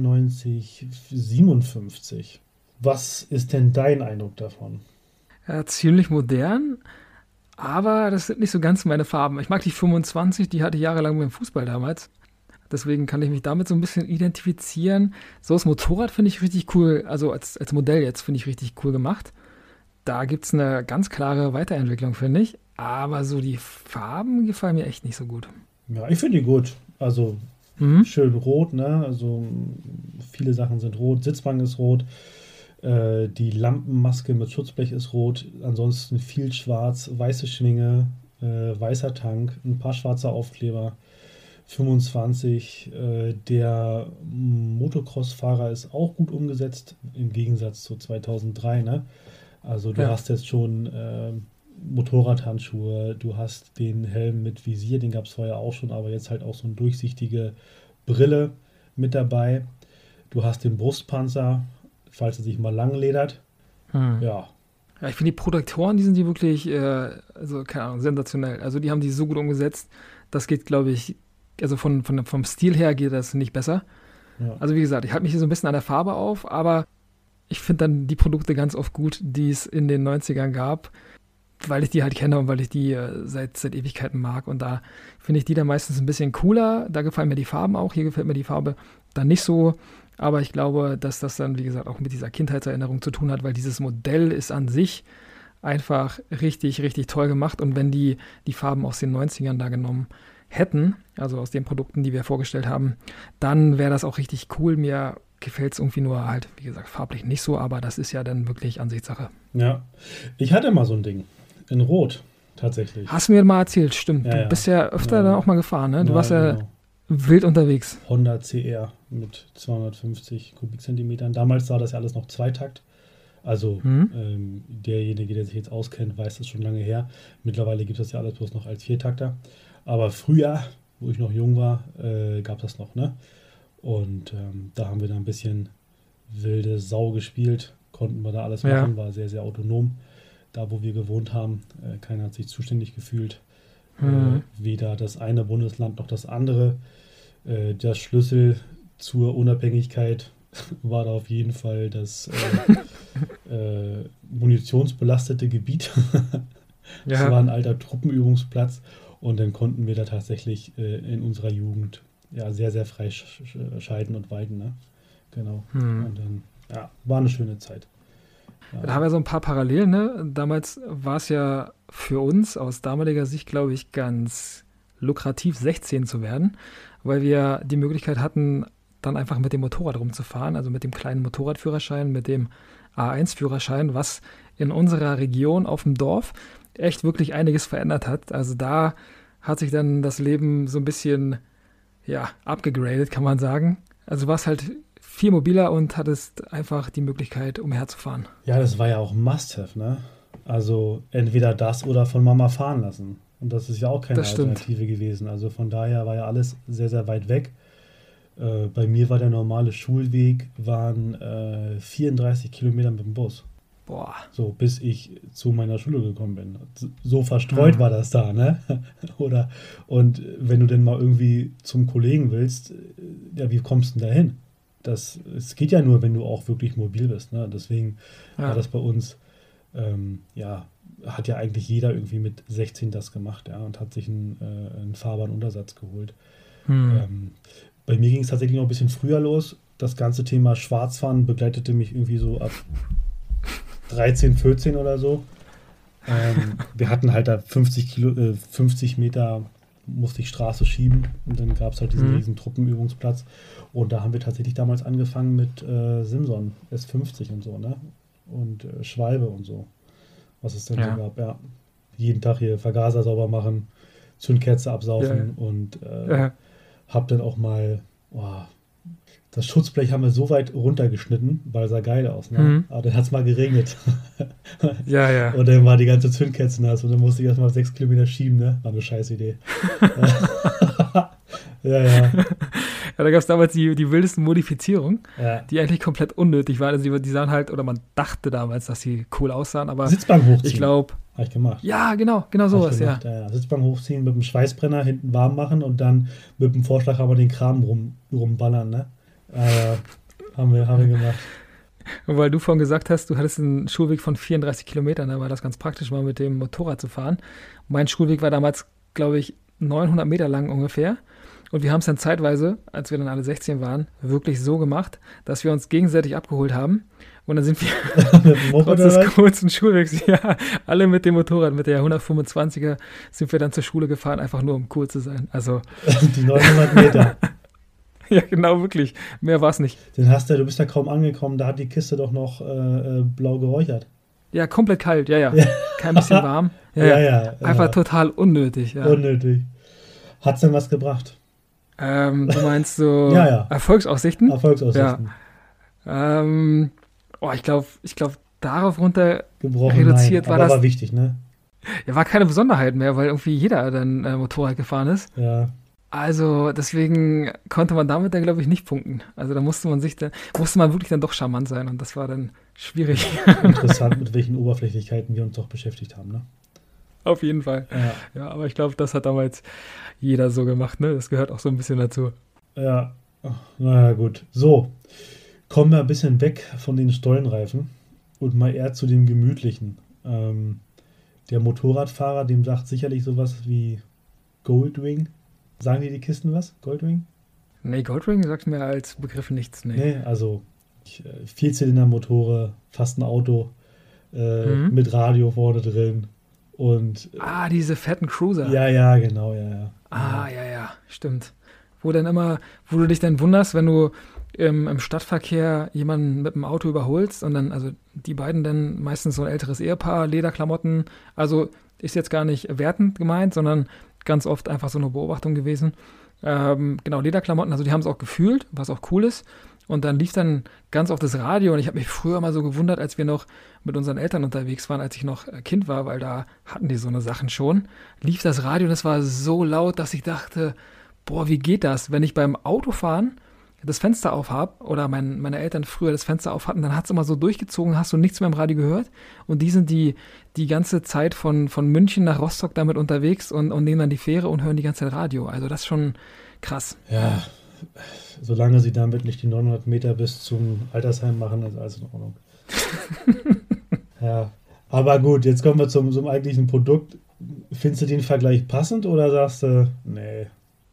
9357. Was ist denn dein Eindruck davon? Ja, ziemlich modern, aber das sind nicht so ganz meine Farben. Ich mag die 25, die hatte ich jahrelang beim Fußball damals. Deswegen kann ich mich damit so ein bisschen identifizieren. So, das Motorrad finde ich richtig cool, also als Modell jetzt finde ich richtig cool gemacht. Da gibt es eine ganz klare Weiterentwicklung, finde ich. Aber so die Farben gefallen mir echt nicht so gut. Ja, ich finde die gut. Also schön rot, ne? Also viele Sachen sind rot. Sitzbank ist rot. Die Lampenmaske mit Schutzblech ist rot. Ansonsten viel schwarz, weiße Schwinge, weißer Tank, ein paar schwarze Aufkleber. 25. Der Motocross-Fahrer ist auch gut umgesetzt, im Gegensatz zu 2003, ne? Also du hast jetzt schon Motorradhandschuhe, du hast den Helm mit Visier, den gab es vorher auch schon, aber jetzt halt auch so eine durchsichtige Brille mit dabei. Du hast den Brustpanzer, falls er sich mal langledert. Ja, ich finde die Protektoren, die sind die wirklich, also keine Ahnung, sensationell. Also die haben die so gut umgesetzt, das geht, glaube ich, also vom Stil her geht das nicht besser. Ja. Also wie gesagt, ich halte mich hier so ein bisschen an der Farbe auf, aber ich finde dann die Produkte ganz oft gut, die es in den 90ern gab, weil ich die halt kenne und weil ich die seit Ewigkeiten mag. Und da finde ich die dann meistens ein bisschen cooler. Da gefallen mir die Farben auch. Hier gefällt mir die Farbe dann nicht so. Aber ich glaube, dass das dann, wie gesagt, auch mit dieser Kindheitserinnerung zu tun hat, weil dieses Modell ist an sich einfach richtig, richtig toll gemacht. Und wenn die Farben aus den 90ern da genommen hätten, also aus den Produkten, die wir vorgestellt haben, dann wäre das auch richtig cool. Mir gefällt es irgendwie nur halt, wie gesagt, farblich nicht so, aber das ist ja dann wirklich Ansichtssache. Ja, ich hatte mal so ein Ding in Rot tatsächlich. Hast du mir mal erzählt, stimmt. Ja, du ja. bist ja öfter Ja. dann auch mal gefahren, ne? Du warst ja genau. wild unterwegs. Honda CR mit 250 Kubikzentimetern. Damals sah das ja alles noch Zweitakt. Also derjenige, der sich jetzt auskennt, weiß das schon lange her. Mittlerweile gibt es das ja alles bloß noch als Viertakter. Aber früher, wo ich noch jung war, gab das noch, ne? Und da haben wir da ein bisschen wilde Sau gespielt. Konnten wir da alles machen, war sehr, sehr autonom. Da, wo wir gewohnt haben, keiner hat sich zuständig gefühlt. Weder das eine Bundesland noch das andere. Der Schlüssel zur Unabhängigkeit war da auf jeden Fall das munitionsbelastete Gebiet. Das war ein alter Truppenübungsplatz und dann konnten wir da tatsächlich in unserer Jugend ja sehr, sehr frei scheiden und walten. Ne? Genau. Und dann, ja, war eine schöne Zeit. Ja. Da haben wir so ein paar Parallelen. Ne? Damals war es ja für uns aus damaliger Sicht, glaube ich, ganz lukrativ, 16 zu werden, weil wir die Möglichkeit hatten, dann einfach mit dem Motorrad rumzufahren, also mit dem kleinen Motorradführerschein, mit dem A1-Führerschein, was in unserer Region auf dem Dorf echt wirklich einiges verändert hat. Also da hat sich dann das Leben so ein bisschen, ja, abgegradet, kann man sagen. Also du warst halt viel mobiler und hattest einfach die Möglichkeit, umherzufahren. Ja, das war ja auch ein Must-have, ne? Also entweder das oder von Mama fahren lassen. Und das ist ja auch keine Alternative gewesen. Also von daher war ja alles sehr, sehr weit weg. Bei mir war der normale Schulweg, waren 34 Kilometer mit dem Bus. Boah. So, bis ich zu meiner Schule gekommen bin. So verstreut war das da, ne? Und wenn du denn mal irgendwie zum Kollegen willst, ja, wie kommst du denn da hin? Es geht ja nur, wenn du auch wirklich mobil bist, ne? Deswegen war das bei uns, hat ja eigentlich jeder irgendwie mit 16 das gemacht, ja, und hat sich einen fahrbaren Untersatz geholt. Bei mir ging es tatsächlich noch ein bisschen früher los. Das ganze Thema Schwarzfahren begleitete mich irgendwie so ab 13, 14 oder so. Wir hatten halt da 50 Meter musste ich Straße schieben und dann gab es halt diesen riesen Truppenübungsplatz und da haben wir tatsächlich damals angefangen mit Simson S50 und so, ne? Und Schwalbe und so, was es denn so gab, ja. Jeden Tag hier Vergaser sauber machen, Zündkerze absaufen und hab dann auch mal, das Schutzblech haben wir so weit runtergeschnitten, weil es sah geil aus, ne? Aber dann hat es mal geregnet. Ja. Und dann war die ganze Zündkerze nass und dann musste ich erstmal 6 Kilometer schieben, ne? War eine scheiß Idee. Ja, da gab es damals die wildesten Modifizierungen, ja. die eigentlich komplett unnötig waren. Also die sahen halt, oder man dachte damals, dass sie cool aussahen, aber Sitzbank hochziehen. ich glaube... Habe ich gemacht. Ja, genau sowas, ja. Sitzbank hochziehen, mit dem Schweißbrenner hinten warm machen und dann mit dem Vorschlaghammer den Kram rumballern, ne? Haben wir gemacht. Und weil du vorhin gesagt hast, du hattest einen Schulweg von 34 Kilometern, da war das ganz praktisch, mal mit dem Motorrad zu fahren. Mein Schulweg war damals, glaube ich, 900 Meter lang ungefähr. Und wir haben es dann zeitweise, als wir dann alle 16 waren, wirklich so gemacht, dass wir uns gegenseitig abgeholt haben. Und dann sind wir trotz des kurzen Schulwegs, alle mit dem Motorrad, mit der 125er, sind wir dann zur Schule gefahren, einfach nur um cool zu sein. Also die 900 Meter. Ja, genau, wirklich. Mehr war es nicht. Du bist da kaum angekommen, da hat die Kiste doch noch blau geräuchert. Ja, komplett kalt, ja. Kein bisschen warm. Ja. Einfach total unnötig. Ja. Unnötig. Hat's denn was gebracht? Du meinst so Erfolgsaussichten? Erfolgsaussichten. Ja. Ich glaube, darauf runter gebrochen, reduziert nein, war das. War wichtig, ne? Ja, war keine Besonderheit mehr, weil irgendwie jeder dann Motorrad gefahren ist. Ja. Also deswegen konnte man damit dann, glaube ich, nicht punkten. Also da musste man wirklich dann doch charmant sein und das war dann schwierig. Interessant, mit welchen Oberflächlichkeiten wir uns doch beschäftigt haben, ne? Auf jeden Fall. Ja, aber ich glaube, das hat damals jeder so gemacht, ne? Das gehört auch so ein bisschen dazu. Ja, naja, gut. So, kommen wir ein bisschen weg von den Stollenreifen und mal eher zu dem Gemütlichen. Der Motorradfahrer, dem sagt sicherlich sowas wie Goldwing. Sagen dir die Kisten was? Goldwing? Nee, Goldwing sagt mir als Begriff nichts. Nee, also Vierzylinder-Motore, fast ein Auto, mit Radio vorne drin. Und, diese fetten Cruiser. Ja, genau, ja. Ja, stimmt. Wo du dich dann wunderst, wenn du im Stadtverkehr jemanden mit dem Auto überholst und dann, also die beiden dann meistens so ein älteres Ehepaar, Lederklamotten, also ist jetzt gar nicht wertend gemeint, sondern ganz oft einfach so eine Beobachtung gewesen. Genau, Lederklamotten, also die haben es auch gefühlt, was auch cool ist. Und dann lief dann ganz oft das Radio und ich habe mich früher mal so gewundert, als wir noch mit unseren Eltern unterwegs waren, als ich noch Kind war, weil da hatten die so eine Sachen schon, lief das Radio und es war so laut, dass ich dachte, boah, wie geht das? Wenn ich beim Autofahren das Fenster aufhab oder meine Eltern früher das Fenster auf hatten, dann hat es immer so durchgezogen, hast du nichts mehr im Radio gehört und die sind die ganze Zeit von München nach Rostock damit unterwegs und nehmen dann die Fähre und hören die ganze Zeit Radio. Also das ist schon krass. Ja, solange sie damit nicht die 900 Meter bis zum Altersheim machen, ist alles in Ordnung. Ja, aber gut, jetzt kommen wir zum eigentlichen Produkt. Findest du den Vergleich passend oder sagst du, nee?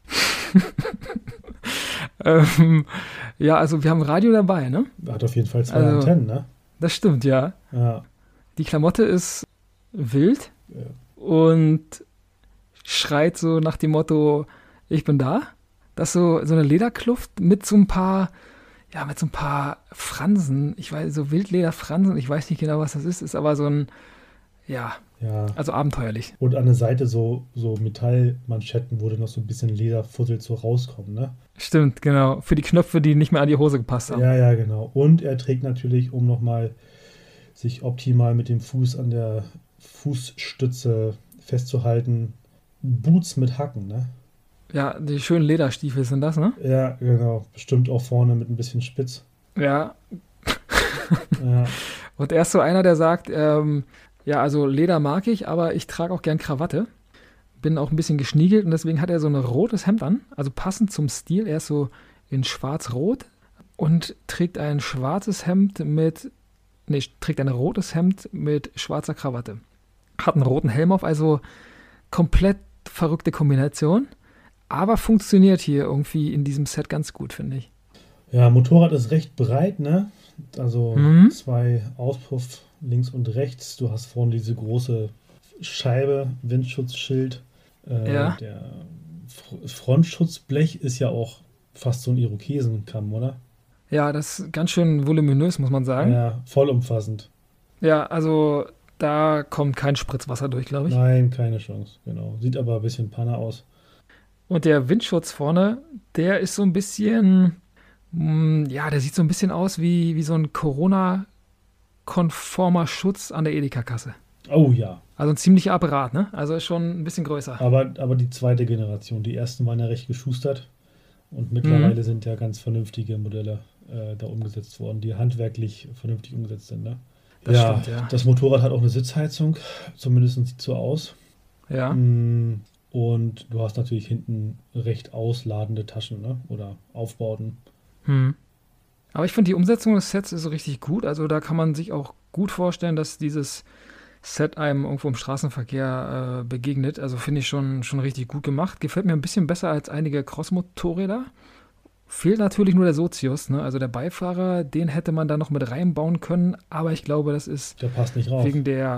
Ja, also wir haben Radio dabei, ne? Hat auf jeden Fall zwei Antennen, ne? Das stimmt, ja. Die Klamotte ist wild und schreit so nach dem Motto, ich bin da. Das ist so eine Lederkluft mit so ein paar Fransen. Ich weiß, so Wildlederfransen, ich weiß nicht genau, was das ist aber so ein, also abenteuerlich. Und an der Seite so Metallmanschetten, wo dann noch so ein bisschen Lederfussel so rauskommen, ne? Stimmt, genau. Für die Knöpfe, die nicht mehr an die Hose gepasst haben. Ja, genau. Und er trägt natürlich, um nochmal sich optimal mit dem Fuß an der Fußstütze festzuhalten, Boots mit Hacken, ne? Ja, die schönen Lederstiefel sind das, ne? Ja, genau. Bestimmt auch vorne mit ein bisschen spitz. Ja. Und er ist so einer, der sagt, also Leder mag ich, aber ich trage auch gern Krawatte. Bin auch ein bisschen geschniegelt und deswegen hat er so ein rotes Hemd an, also passend zum Stil. Er ist so in schwarz-rot und trägt ein rotes Hemd mit schwarzer Krawatte. Hat einen roten Helm auf, also komplett verrückte Kombination, aber funktioniert hier irgendwie in diesem Set ganz gut, finde ich. Ja, Motorrad ist recht breit, ne? Also 2 Auspuff links und rechts. Du hast vorne diese große Scheibe, Windschutzschild. Der Frontschutzblech ist ja auch fast so ein Irokesenkamm, oder? Ja, das ist ganz schön voluminös, muss man sagen. Ja, vollumfassend. Ja, also da kommt kein Spritzwasser durch, glaube ich. Nein, keine Chance, genau. Sieht aber ein bisschen Panne aus. Und der Windschutz vorne, der ist so ein bisschen, der sieht so ein bisschen aus wie so ein Corona-konformer Schutz an der Edeka-Kasse. Oh ja. Also ein ziemlicher Apparat, ne? Also ist schon ein bisschen größer. Aber die zweite Generation, die ersten waren ja recht geschustert und mittlerweile sind ja ganz vernünftige Modelle da umgesetzt worden, die handwerklich vernünftig umgesetzt sind, ne? Das stimmt, ja. Das Motorrad hat auch eine Sitzheizung, zumindest sieht so aus. Ja. Und du hast natürlich hinten recht ausladende Taschen, ne? Oder Aufbauten. Aber ich finde, die Umsetzung des Sets ist richtig gut. Also da kann man sich auch gut vorstellen, dass dieses Set einem irgendwo im Straßenverkehr begegnet. Also finde ich schon richtig gut gemacht. Gefällt mir ein bisschen besser als einige Cross-Motorräder. Fehlt natürlich nur der Sozius, ne? Also der Beifahrer, den hätte man da noch mit reinbauen können, aber ich glaube, das ist der passt nicht rauf. wegen der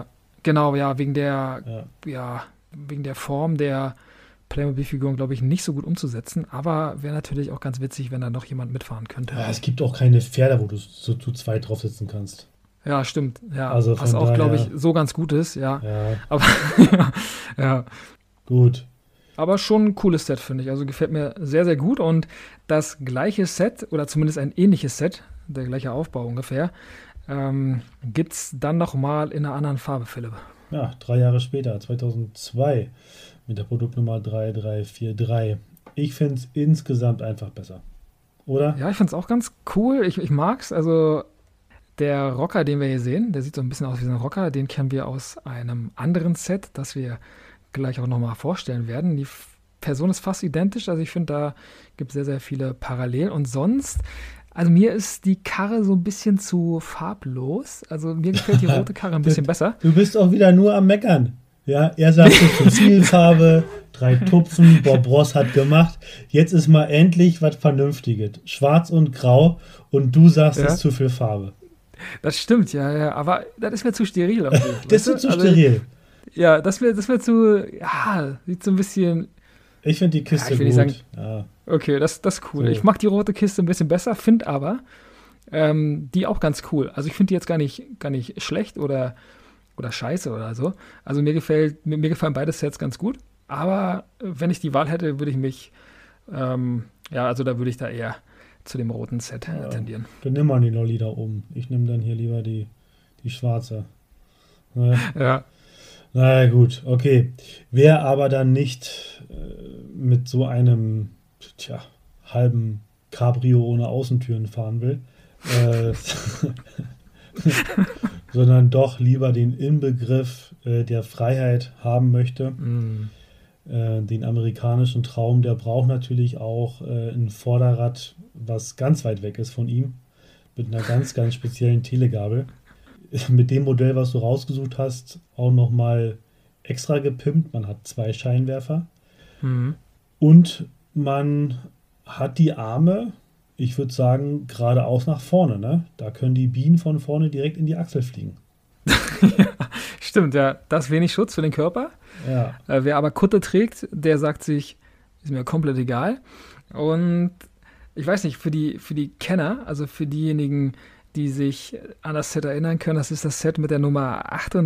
Form der Playmobil-Figuren, glaube ich, nicht so gut umzusetzen, aber wäre natürlich auch ganz witzig, wenn da noch jemand mitfahren könnte. Ja, es gibt auch keine Pferde, wo du zu zweit drauf sitzen kannst. Ja, stimmt. Ja, also was auch, glaube ich, so ganz gut ist, ja. Aber ja. Gut. Aber schon ein cooles Set, finde ich. Also gefällt mir sehr, sehr gut. Und das gleiche Set, oder zumindest ein ähnliches Set, der gleiche Aufbau ungefähr, gibt es dann nochmal in einer anderen Farbe, Philipp. Ja, 3 Jahre später, 2002, mit der Produktnummer 3343. Ich finde es insgesamt einfach besser. Oder? Ja, ich finde es auch ganz cool. Ich mag es. Also der Rocker, den wir hier sehen, der sieht so ein bisschen aus wie so ein Rocker. Den kennen wir aus einem anderen Set, das wir gleich auch nochmal vorstellen werden. Die Person ist fast identisch, also ich finde, da gibt es sehr, sehr viele Parallelen. Und sonst, also mir ist die Karre so ein bisschen zu farblos. Also mir gefällt die rote Karre ein bisschen besser. Du bist auch wieder nur am Meckern. Ja, er sagt zu viel Farbe, 3 Tupfen, Bob Ross hat gemacht. Jetzt ist mal endlich was Vernünftiges. Schwarz und Grau und du sagst, es ist zu viel Farbe. Das stimmt, ja, aber das ist mir zu steril. Das ist zu steril. Ja, das wär zu, sieht so ein bisschen Ich finde die Kiste ich will gut. nicht sagen, Ja. okay, das ist cool. So. Ich mag die rote Kiste ein bisschen besser, finde aber die auch ganz cool. Also ich finde die jetzt gar nicht schlecht oder scheiße oder so. Also mir gefallen beide Sets ganz gut. Aber wenn ich die Wahl hätte, würde ich mich, also da würde ich da eher zu dem roten Set tendieren. Dann nimm mal die Lolli da oben. Ich nehme dann hier lieber die schwarze. Ne? Ja. Na gut, okay. Wer aber dann nicht mit so einem halben Cabrio ohne Außentüren fahren will, sondern doch lieber den Inbegriff der Freiheit haben möchte, den amerikanischen Traum, der braucht natürlich auch ein Vorderrad, was ganz weit weg ist von ihm, mit einer ganz, ganz speziellen Telegabel. Mit dem Modell, was du rausgesucht hast, auch nochmal extra gepimpt. Man hat 2 Scheinwerfer und man hat die Arme, ich würde sagen, geradeaus nach vorne. Ne? Da können die Bienen von vorne direkt in die Achsel fliegen. Ja, stimmt, ja. Das ist wenig Schutz für den Körper. Ja. Wer aber Kutte trägt, der sagt sich, ist mir komplett egal. Und ich weiß nicht, für die Kenner, also für diejenigen, die sich an das Set erinnern können, das ist das Set mit der Nummer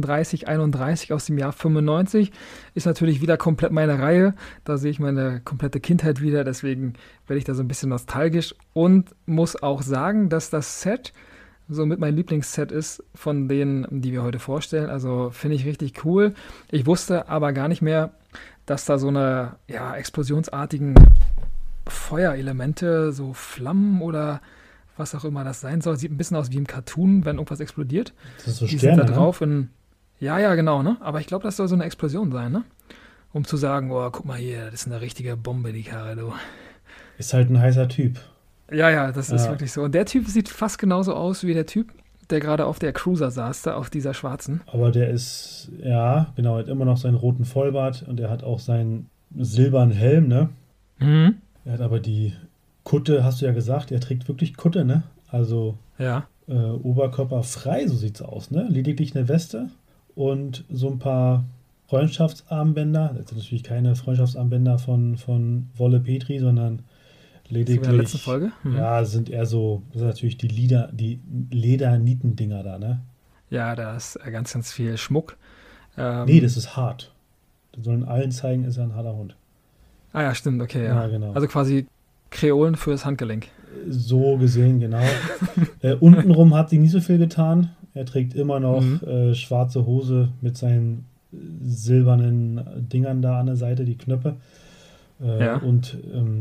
3831 aus dem Jahr 95. Ist natürlich wieder komplett meine Reihe. Da sehe ich meine komplette Kindheit wieder. Deswegen werde ich da so ein bisschen nostalgisch und muss auch sagen, dass das Set somit mein Lieblingsset ist von denen, die wir heute vorstellen. Also finde ich richtig cool. Ich wusste aber gar nicht mehr, dass da so eine explosionsartigen Feuerelemente, so Flammen oder was auch immer das sein soll. Sieht ein bisschen aus wie im Cartoon, wenn irgendwas explodiert. Das ist so die Sterne, sind da drauf ja, genau, ne? Aber ich glaube, das soll so eine Explosion sein, ne? Um zu sagen, oh, guck mal hier, das ist eine richtige Bombe, die Karre, du. Ist halt ein heißer Typ. Ja, das ist wirklich so. Und der Typ sieht fast genauso aus wie der Typ, der gerade auf der Cruiser saß, da auf dieser schwarzen. Aber der ist, ja, genau, hat immer noch seinen roten Vollbart und er hat auch seinen silbernen Helm, ne? Er hat aber die Kutte, hast du ja gesagt, er trägt wirklich Kutte, ne? Also ja. Oberkörper frei, so sieht's aus, ne? Lediglich eine Weste und so ein paar Freundschaftsarmbänder. Das sind natürlich keine Freundschaftsarmbänder von Wolle Petri, sondern lediglich. In der letzten Folge? Ja, sind eher so, das sind natürlich die Ledernietendinger da, ne? Ja, da ist ganz, ganz viel Schmuck. Nee, das ist hart. Die sollen allen zeigen, ist er ein harter Hund. Ah ja, stimmt, okay, ja. Genau. Also quasi Kreolen fürs Handgelenk. So gesehen, genau. Untenrum hat sie nicht so viel getan. Er trägt immer noch schwarze Hose mit seinen silbernen Dingern da an der Seite, die Knöpfe. Und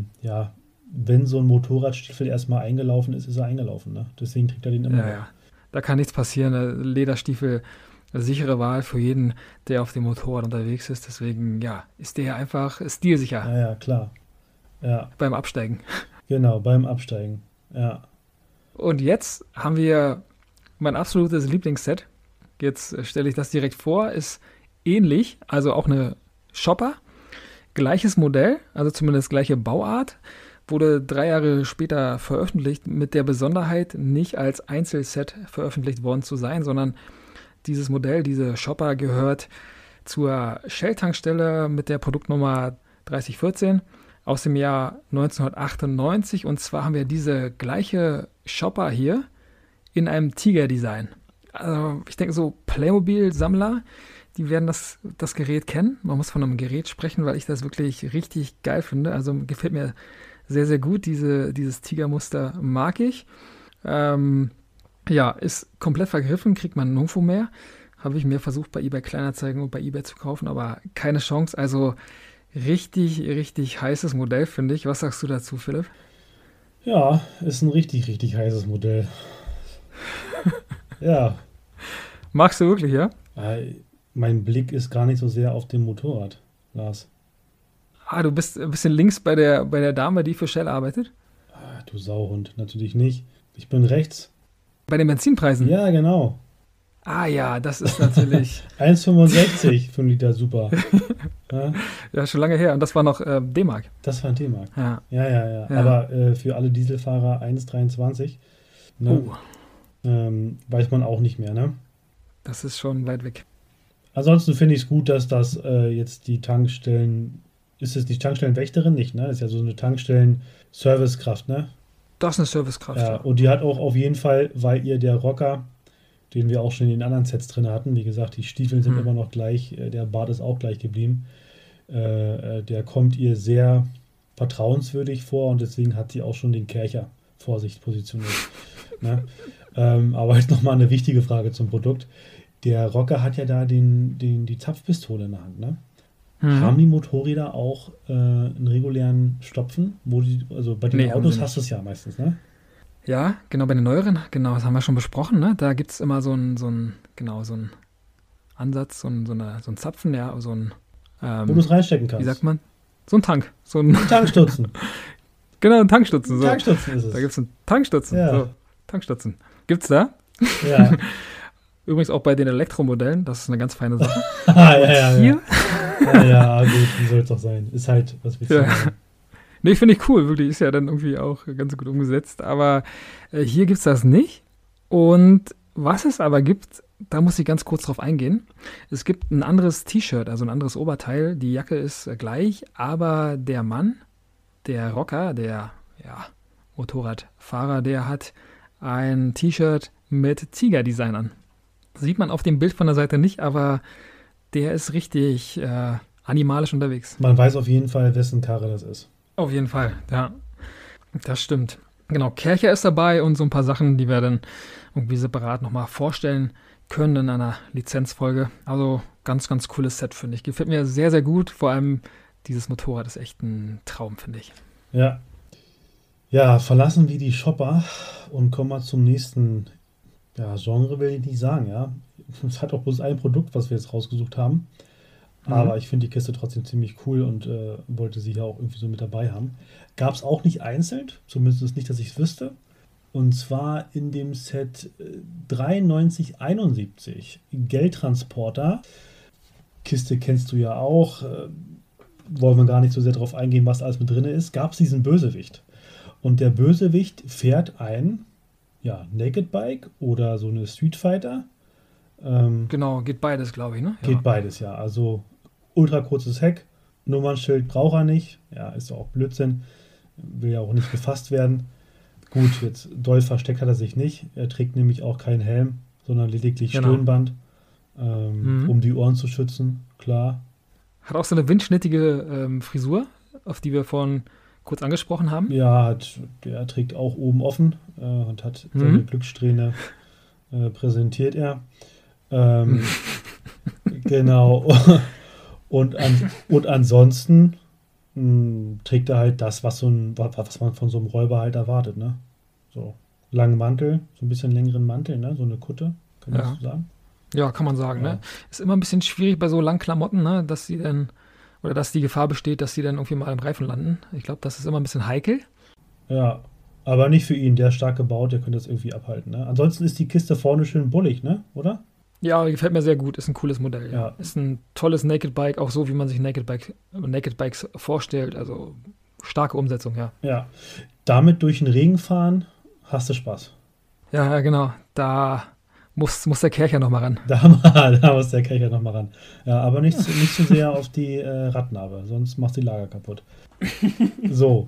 wenn so ein Motorradstiefel erstmal eingelaufen ist, ist er eingelaufen. Ne? Deswegen trägt er den immer noch. Ja. Da kann nichts passieren. Lederstiefel, eine sichere Wahl für jeden, der auf dem Motorrad unterwegs ist. Deswegen, ist der einfach stilsicher. Ja, klar. Ja. Beim Absteigen. Genau, beim Absteigen. Ja. Und jetzt haben wir mein absolutes Lieblingsset. Jetzt stelle ich das direkt vor. Ist ähnlich, also auch eine Shopper. Gleiches Modell, also zumindest gleiche Bauart. Wurde 3 Jahre später veröffentlicht, mit der Besonderheit, nicht als Einzelset veröffentlicht worden zu sein, sondern dieses Modell, diese Shopper, gehört zur Shell-Tankstelle mit der Produktnummer 3014 aus dem Jahr 1998. Und zwar haben wir diese gleiche Shopper hier in einem Tiger-Design. Also ich denke, so Playmobil-Sammler, die werden das Gerät kennen. Man muss von einem Gerät sprechen, weil ich das wirklich richtig geil finde. Also gefällt mir sehr, sehr gut. Dieses Tigermuster mag ich. Ist komplett vergriffen, kriegt man nirgendwo mehr. Habe ich mir versucht, bei eBay Kleinanzeigen und bei eBay zu kaufen, aber keine Chance. Also richtig, richtig heißes Modell, finde ich. Was sagst du dazu, Philipp? Ja, ist ein richtig, richtig heißes Modell. Ja. Magst du wirklich, ja? Mein Blick ist gar nicht so sehr auf dem Motorrad, Lars. Du bist ein bisschen links bei der Dame, die für Shell arbeitet? Du Sauhund, natürlich nicht. Ich bin rechts. Bei den Benzinpreisen? Ja, genau. Ja, das ist natürlich... 1,65 für einen Liter, super. Ja, schon lange her. Und das war noch D-Mark. Das war ein D-Mark. Ja. Aber für alle Dieselfahrer 1,23. Ne? Weiß man auch nicht mehr, ne? Das ist schon weit weg. Ansonsten finde ich es gut, dass das jetzt die Tankstellen ist es die Tankstellenwächterin nicht, ne? Das ist ja so eine Tankstellen-Servicekraft, ne? Das ist eine Servicekraft. Ja, und die hat auch auf jeden Fall, weil ihr der Rocker, den wir auch schon in den anderen Sets drin hatten, wie gesagt, die Stiefel sind immer noch gleich, der Bart ist auch gleich geblieben, der kommt ihr sehr vertrauenswürdig vor und deswegen hat sie auch schon den Kercher vor sich positioniert. Ne? Aber jetzt nochmal eine wichtige Frage zum Produkt. Der Rocker hat ja da die Zapfpistole in der Hand, ne? Haben die Motorräder auch einen regulären Stopfen? Also bei den Autos hast du es ja meistens, ne? Ja, genau, bei den neueren, genau, das haben wir schon besprochen, ne? Da gibt es immer so einen Ansatz, so ein Zapfen, ja, so ein wo du es reinstecken kannst. Wie sagt man? So ein Tank. Ein Tankstutzen. Genau, ein Tankstutzen. So. Tankstutzen ist es. Da gibt es einen Tankstutzen. Ja. So, Tankstutzen. Gibt's da? Ja. Übrigens auch bei den Elektromodellen, das ist eine ganz feine Sache. Hier? Ja, gut, wie soll es doch sein. Ist halt, was willst du sagen? Nee, finde ich cool, wirklich. Ist ja dann irgendwie auch ganz gut umgesetzt. Aber hier gibt es das nicht. Und was es aber gibt, da muss ich ganz kurz drauf eingehen. Es gibt ein anderes T-Shirt, also ein anderes Oberteil. Die Jacke ist gleich, aber der Mann, der Rocker, der Motorradfahrer, der hat ein T-Shirt mit Tigerdesign an. Sieht man auf dem Bild von der Seite nicht, aber der ist richtig animalisch unterwegs. Man weiß auf jeden Fall, wessen Karre das ist. Auf jeden Fall, ja. Das stimmt. Genau, Kercher ist dabei und so ein paar Sachen, die wir dann irgendwie separat nochmal vorstellen können in einer Lizenzfolge. Also ganz, ganz cooles Set, finde ich. Gefällt mir sehr, sehr gut. Vor allem dieses Motorrad ist echt ein Traum, finde ich. Ja. Ja, verlassen wir die Shopper und kommen mal zum nächsten Genre, will ich nicht sagen, ja. Es hat auch bloß ein Produkt, was wir jetzt rausgesucht haben. Aber ich finde die Kiste trotzdem ziemlich cool und wollte sie ja auch irgendwie so mit dabei haben. Gab es auch nicht einzeln, zumindest nicht, dass ich es wüsste. Und zwar in dem Set 9371, Geldtransporter. Kiste kennst du ja auch. Wollen wir gar nicht so sehr darauf eingehen, was alles mit drin ist. Gab es diesen Bösewicht. Und der Bösewicht fährt ein Naked Bike oder so eine Street Fighter. Genau, geht beides, glaube ich, ne? Ja. Geht beides, ja. Also ultra kurzes Heck, Nummernschild braucht er nicht. Ja, ist auch Blödsinn. Will ja auch nicht gefasst werden. Gut, jetzt doll versteckt hat er sich nicht. Er trägt nämlich auch keinen Helm, sondern lediglich Stirnband, um die Ohren zu schützen, klar. Hat auch so eine windschnittige Frisur, auf die wir vorhin kurz angesprochen haben. Ja, der trägt auch oben offen und hat seine Glückssträhne präsentiert er. Genau. Und ansonsten trägt er halt das, was man von so einem Räuber halt erwartet, ne? So langen Mantel, so ein bisschen längeren Mantel, ne? So eine Kutte, kann man das so sagen? Ja, kann man sagen, ne? Ist immer ein bisschen schwierig bei so langen Klamotten, ne? Dass die Gefahr besteht, dass die dann irgendwie mal im Reifen landen. Ich glaube, das ist immer ein bisschen heikel. Ja, aber nicht für ihn, der ist stark gebaut, der könnte das irgendwie abhalten, ne? Ansonsten ist die Kiste vorne schön bullig, ne? Oder? Ja, gefällt mir sehr gut. Ist ein cooles Modell. Ja. Ist ein tolles Naked Bike, auch so, wie man sich Naked Bikes vorstellt. Also starke Umsetzung, ja. Ja, damit durch den Regen fahren, hast du Spaß. Ja, genau. Da muss der Kercher noch mal ran. Da muss der Kercher noch mal ran. Ja, aber nicht so sehr auf die Radnabe, sonst macht die Lager kaputt. So.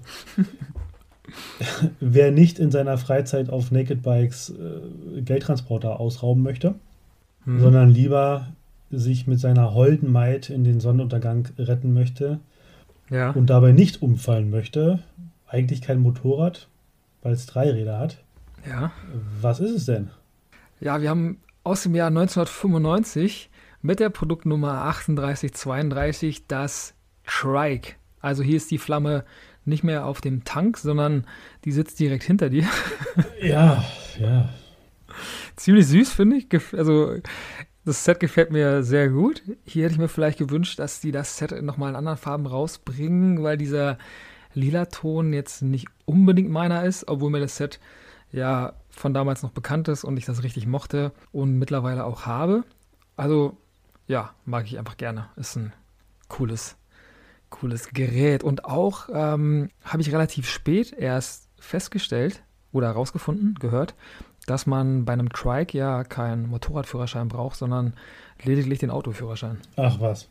Wer nicht in seiner Freizeit auf Naked Bikes Geldtransporter ausrauben möchte, sondern lieber sich mit seiner holden Maid in den Sonnenuntergang retten möchte und dabei nicht umfallen möchte, eigentlich kein Motorrad, weil es 3 Räder hat. Ja. Was ist es denn? Ja, wir haben aus dem Jahr 1995 mit der Produktnummer 3832 das Trike. Also hier ist die Flamme nicht mehr auf dem Tank, sondern die sitzt direkt hinter dir. Ja. Ziemlich süß, finde ich. Also das Set gefällt mir sehr gut. Hier hätte ich mir vielleicht gewünscht, dass die das Set nochmal in anderen Farben rausbringen, weil dieser lila Ton jetzt nicht unbedingt meiner ist, obwohl mir das Set ja von damals noch bekannt ist und ich das richtig mochte und mittlerweile auch habe. Also ja, mag ich einfach gerne. Ist ein cooles Gerät. Und auch habe ich relativ spät erst festgestellt oder gehört, dass man bei einem Trike ja keinen Motorradführerschein braucht, sondern lediglich den Autoführerschein. Ach was.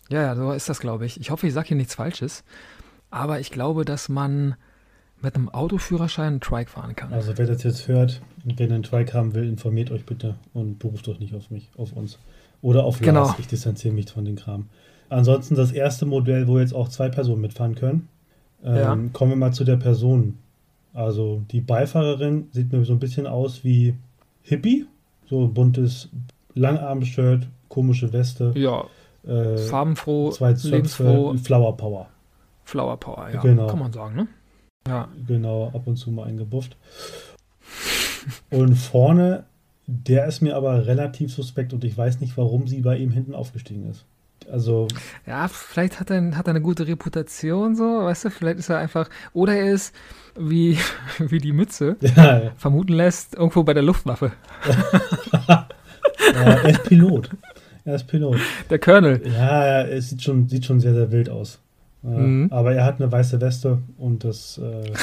Ja, so ist das, glaube ich. Ich hoffe, ich sage hier nichts Falsches. Aber ich glaube, dass man mit einem Autoführerschein einen Trike fahren kann. Also wer das jetzt hört und wer einen Trike haben will, informiert euch bitte und beruft euch nicht auf mich, auf uns. Oder auf Genau. Lars. Ich distanziere mich von dem Kram. Ansonsten das erste Modell, wo jetzt auch 2 Personen mitfahren können. Ja. Kommen wir mal zu der Person. Also die Beifahrerin sieht mir so ein bisschen aus wie Hippie. So ein buntes Langarm-Shirt, komische Weste, Ja, farbenfroh, 2 Zöpfe, lebensfroh, Flower Power. Flower Power, ja. Genau. Kann man sagen, ne? Ja. Genau, ab und zu mal eingebufft. Und vorne, der ist mir aber relativ suspekt und ich weiß nicht, warum sie bei ihm hinten aufgestiegen ist. Also, Ja, vielleicht hat er eine gute Reputation, so, weißt du, vielleicht ist er einfach, oder er ist, wie, wie die Mütze ja, vermuten lässt, irgendwo bei der Luftwaffe. er ist Pilot. Er ist Pilot. Der Colonel. Ja, es sieht schon sehr, sehr wild aus. Mhm. Aber er hat eine weiße Weste und das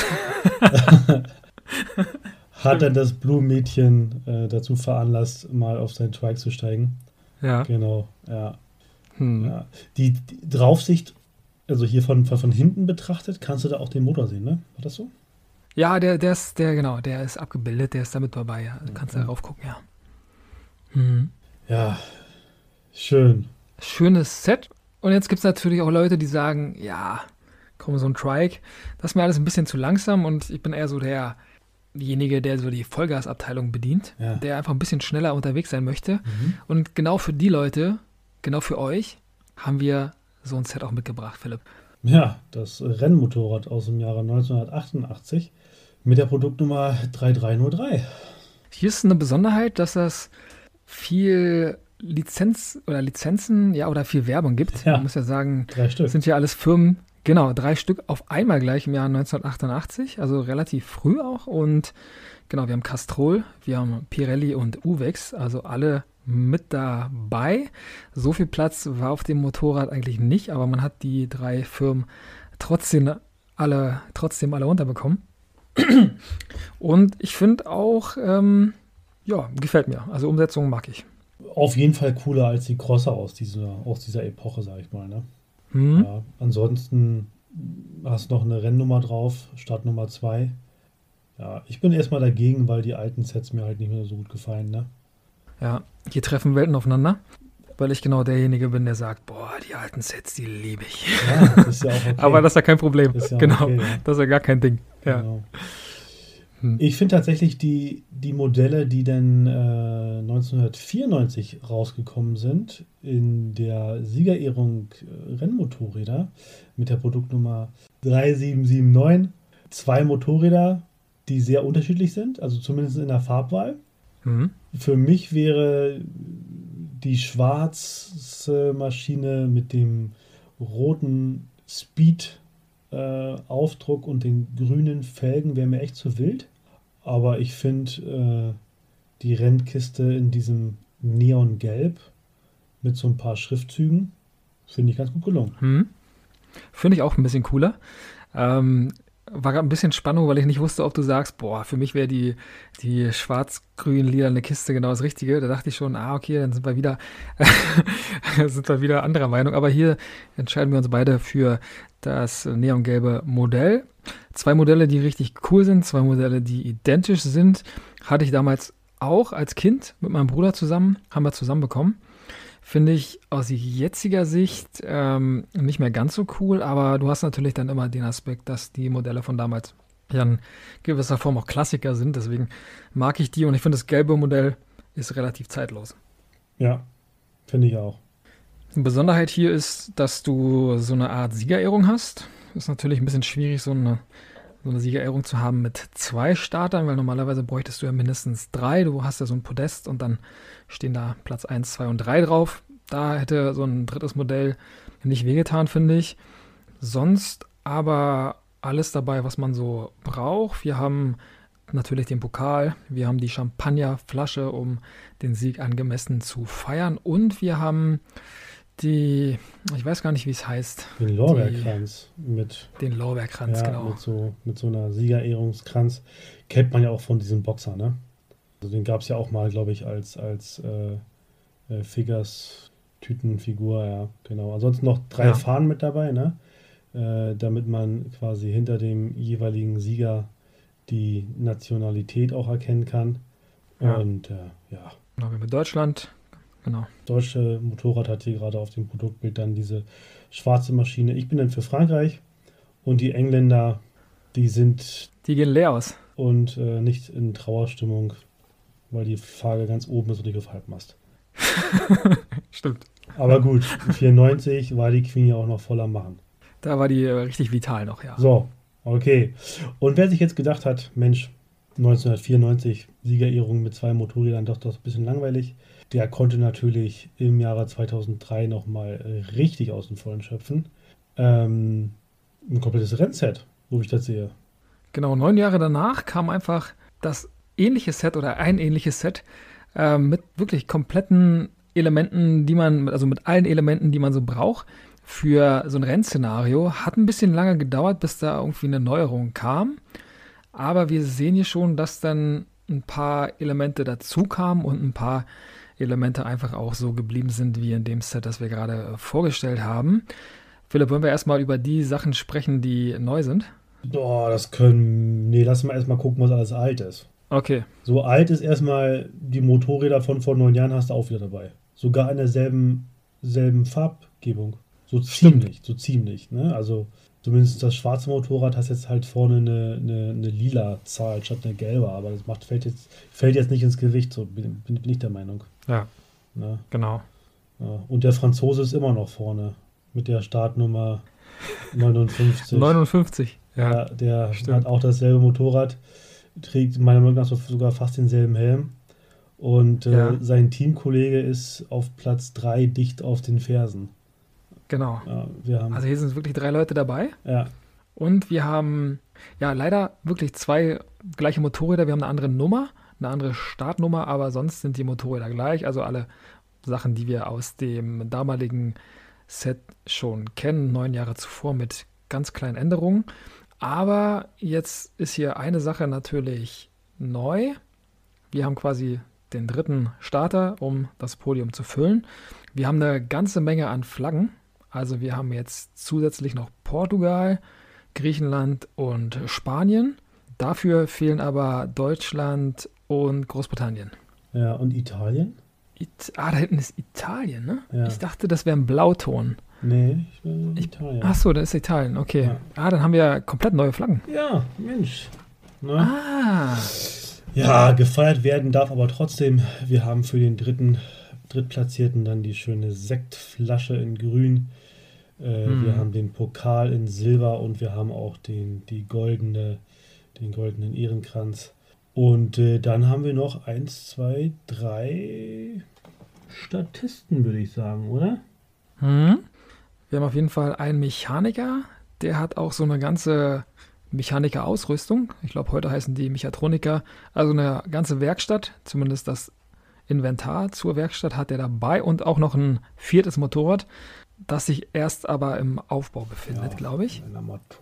hat dann das Blumenmädchen dazu veranlasst, mal auf seinen Trike zu steigen. Ja. Genau, ja. Hm. Ja. Die Draufsicht, also hier von hinten betrachtet, kannst du da auch den Motor sehen, ne? War das so? Ja, der ist abgebildet, der ist damit dabei, ja. Du kannst da Okay. drauf gucken, ja. Mhm. Ja, schön. Schönes Set. Und jetzt gibt es natürlich auch Leute, die sagen, ja, komm, so ein Trike, das ist mir alles ein bisschen zu langsam und ich bin eher so derjenige, der so die Vollgasabteilung bedient, Ja. der einfach ein bisschen schneller unterwegs sein möchte. Mhm. Und genau für die Leute, genau für euch, haben wir so ein Set auch mitgebracht, Philipp. Ja, das Rennmotorrad aus dem Jahre 1988 mit der Produktnummer 3303. Hier ist eine Besonderheit, dass das viel Lizenzen, ja, oder viel Werbung gibt. Ja. Man muss ja sagen, 3 Stück. das sind ja alles Firmen, genau, 3 Stück auf einmal gleich im Jahr 1988, also relativ früh auch. Und genau, wir haben Castrol, wir haben Pirelli und Uvex, also alle mit dabei. So viel Platz war auf dem Motorrad eigentlich nicht, aber man hat die 3 Firmen trotzdem alle unterbekommen. Und ich finde auch, ja, gefällt mir. Also Umsetzung mag ich. Auf jeden Fall cooler als die Crosser aus dieser Epoche, sag ich mal. Ne? Mhm. Ja, ansonsten hast du noch eine Rennnummer drauf, Startnummer 2. Ja, ich bin erstmal dagegen, weil die alten Sets mir halt nicht mehr so gut gefallen. Ne? Ja, hier treffen Welten aufeinander, weil ich genau derjenige bin, der sagt, boah, die alten Sets, die liebe ich. Ja, das ist ja auch okay. Aber das ist ja kein Problem. Das ist ja Genau, okay, ja. das ist ja gar kein Ding. Ja. Genau. Hm. Ich finde tatsächlich die Modelle, die dann 1994 rausgekommen sind, in der Siegerehrung Rennmotorräder mit der Produktnummer 3779, 2 Motorräder, die sehr unterschiedlich sind, also zumindest in der Farbwahl. Mhm. Für mich wäre die schwarze Maschine mit dem roten Speed-Aufdruck und den grünen Felgen wäre mir echt zu wild. Aber ich finde die Rennkiste in diesem Neongelb mit so ein paar Schriftzügen, finde ich ganz gut gelungen. Mhm. Finde ich auch ein bisschen cooler. War gerade ein bisschen Spannung, weil ich nicht wusste, ob du sagst, boah, für mich wäre die schwarz-grün-lilane Kiste genau das Richtige. Da dachte ich schon, okay, dann sind wir wieder, anderer Meinung. Aber hier entscheiden wir uns beide für das neongelbe Modell. 2 Modelle, die richtig cool sind, 2 Modelle, die identisch sind, hatte ich damals auch als Kind mit meinem Bruder zusammen, haben wir zusammen bekommen. Finde ich aus jetziger Sicht nicht mehr ganz so cool, aber du hast natürlich dann immer den Aspekt, dass die Modelle von damals ja in gewisser Form auch Klassiker sind. Deswegen mag ich die und ich finde, das gelbe Modell ist relativ zeitlos. Ja, finde ich auch. Eine Besonderheit hier ist, dass du so eine Art Siegerehrung hast. Ist natürlich ein bisschen schwierig, so eine Siegerehrung zu haben mit 2 Startern, weil normalerweise bräuchtest du ja mindestens 3. Du hast ja so ein Podest und dann stehen da Platz 1, 2 und 3 drauf. Da hätte so ein drittes Modell nicht wehgetan, finde ich. Sonst aber alles dabei, was man so braucht. Wir haben natürlich den Pokal, wir haben die Champagnerflasche, um den Sieg angemessen zu feiern und wir haben ich weiß gar nicht, wie es heißt. Den Lorbeerkranz mit. Den Lorbeerkranz, Ja, genau. mit so einer Siegerehrungskranz. Kennt man ja auch von diesem Boxer, ne? Also den gab es ja auch mal, glaube ich, als Figures Tütenfigur, ja, genau. Ansonsten noch 3 Ja, Fahnen mit dabei, ne? Damit man quasi hinter dem jeweiligen Sieger die Nationalität auch erkennen kann. ja. Und ja, Genau, wir mit Deutschland. Genau. deutsche Motorrad hat hier gerade auf dem Produktbild dann diese schwarze Maschine. Ich bin dann für Frankreich und die Engländer, die sind Die gehen leer aus. und nicht in Trauerstimmung, weil die Fahne ganz oben ist und nicht auf Halbmast. Stimmt. Aber gut, 94 war die Queen ja auch noch voll am Machen. Da war die richtig vital noch, ja. So, okay. Und wer sich jetzt gedacht hat, Mensch, 1994 Siegerehrung mit 2 Motorrädern, doch ein bisschen langweilig, der konnte natürlich im Jahre 2003 nochmal richtig aus dem Vollen schöpfen. Ein komplettes Rennset, wo ich das sehe. Genau, 9 Jahre danach kam einfach das ähnliche Set oder ein ähnliches Set mit wirklich kompletten Elementen, also mit allen Elementen, die man so braucht für so ein Rennszenario. Hat ein bisschen lange gedauert, bis da irgendwie eine Neuerung kam. Aber wir sehen hier schon, dass dann ein paar Elemente dazu kamen und ein paar Elemente einfach auch so geblieben sind wie in dem Set, das wir gerade vorgestellt haben. Philipp, wollen wir erstmal über die Sachen sprechen, die neu sind? Oh, lass mal erstmal gucken, was alles alt ist. Okay, So alt ist erstmal die Motorräder von vor 9 Jahren hast du auch wieder dabei. Sogar in derselben Farbgebung. So ziemlich, ne? Also zumindest das schwarze Motorrad hat jetzt halt vorne eine lila Zahl statt eine gelbe, aber fällt jetzt nicht ins Gewicht, so bin ich der Meinung. ja, Ne? genau. Ja. Und der Franzose ist immer noch vorne mit der Startnummer 59. 59, ja, Ja, der stimmt. hat auch dasselbe Motorrad, trägt meiner Meinung nach sogar fast denselben Helm. Und Ja, sein Teamkollege ist auf Platz 3 dicht auf den Fersen. genau. Ja, wir haben, Also hier sind wirklich 3 Leute dabei ja, und wir haben ja leider wirklich 2 gleiche Motorräder. Wir haben eine andere Nummer, eine andere Startnummer, aber sonst sind die Motorräder gleich. Also alle Sachen, die wir aus dem damaligen Set schon kennen, 9 Jahre zuvor mit ganz kleinen Änderungen. Aber jetzt ist hier eine Sache natürlich neu. Wir haben quasi den dritten Starter, um das Podium zu füllen. Wir haben eine ganze Menge an Flaggen. Also wir haben jetzt zusätzlich noch Portugal, Griechenland und Spanien. Dafür fehlen aber Deutschland und Großbritannien. ja, und Italien? Da hinten ist Italien, ne? Ja. Ich dachte, das wäre ein Blauton. Nee, ich will Italien. Ach so, das ist Italien, okay. Ja. Dann haben wir komplett neue Flaggen. Ja, Mensch. Ne? Ah, Ja, gefeiert werden darf aber trotzdem. Wir haben für den Drittplatzierten dann die schöne Sektflasche in Grün. Wir haben den Pokal in Silber und wir haben auch den goldenen Ehrenkranz. Und dann haben wir noch 1, 2, 3 Statisten, würde ich sagen, oder? Wir haben auf jeden Fall einen Mechaniker, der hat auch so eine ganze Mechaniker-Ausrüstung. Ich glaube, heute heißen die Mechatroniker. Also eine ganze Werkstatt, zumindest das Inventar zur Werkstatt hat er dabei und auch noch ein 4. Motorrad, das sich erst aber im Aufbau befindet, glaube ich. Eine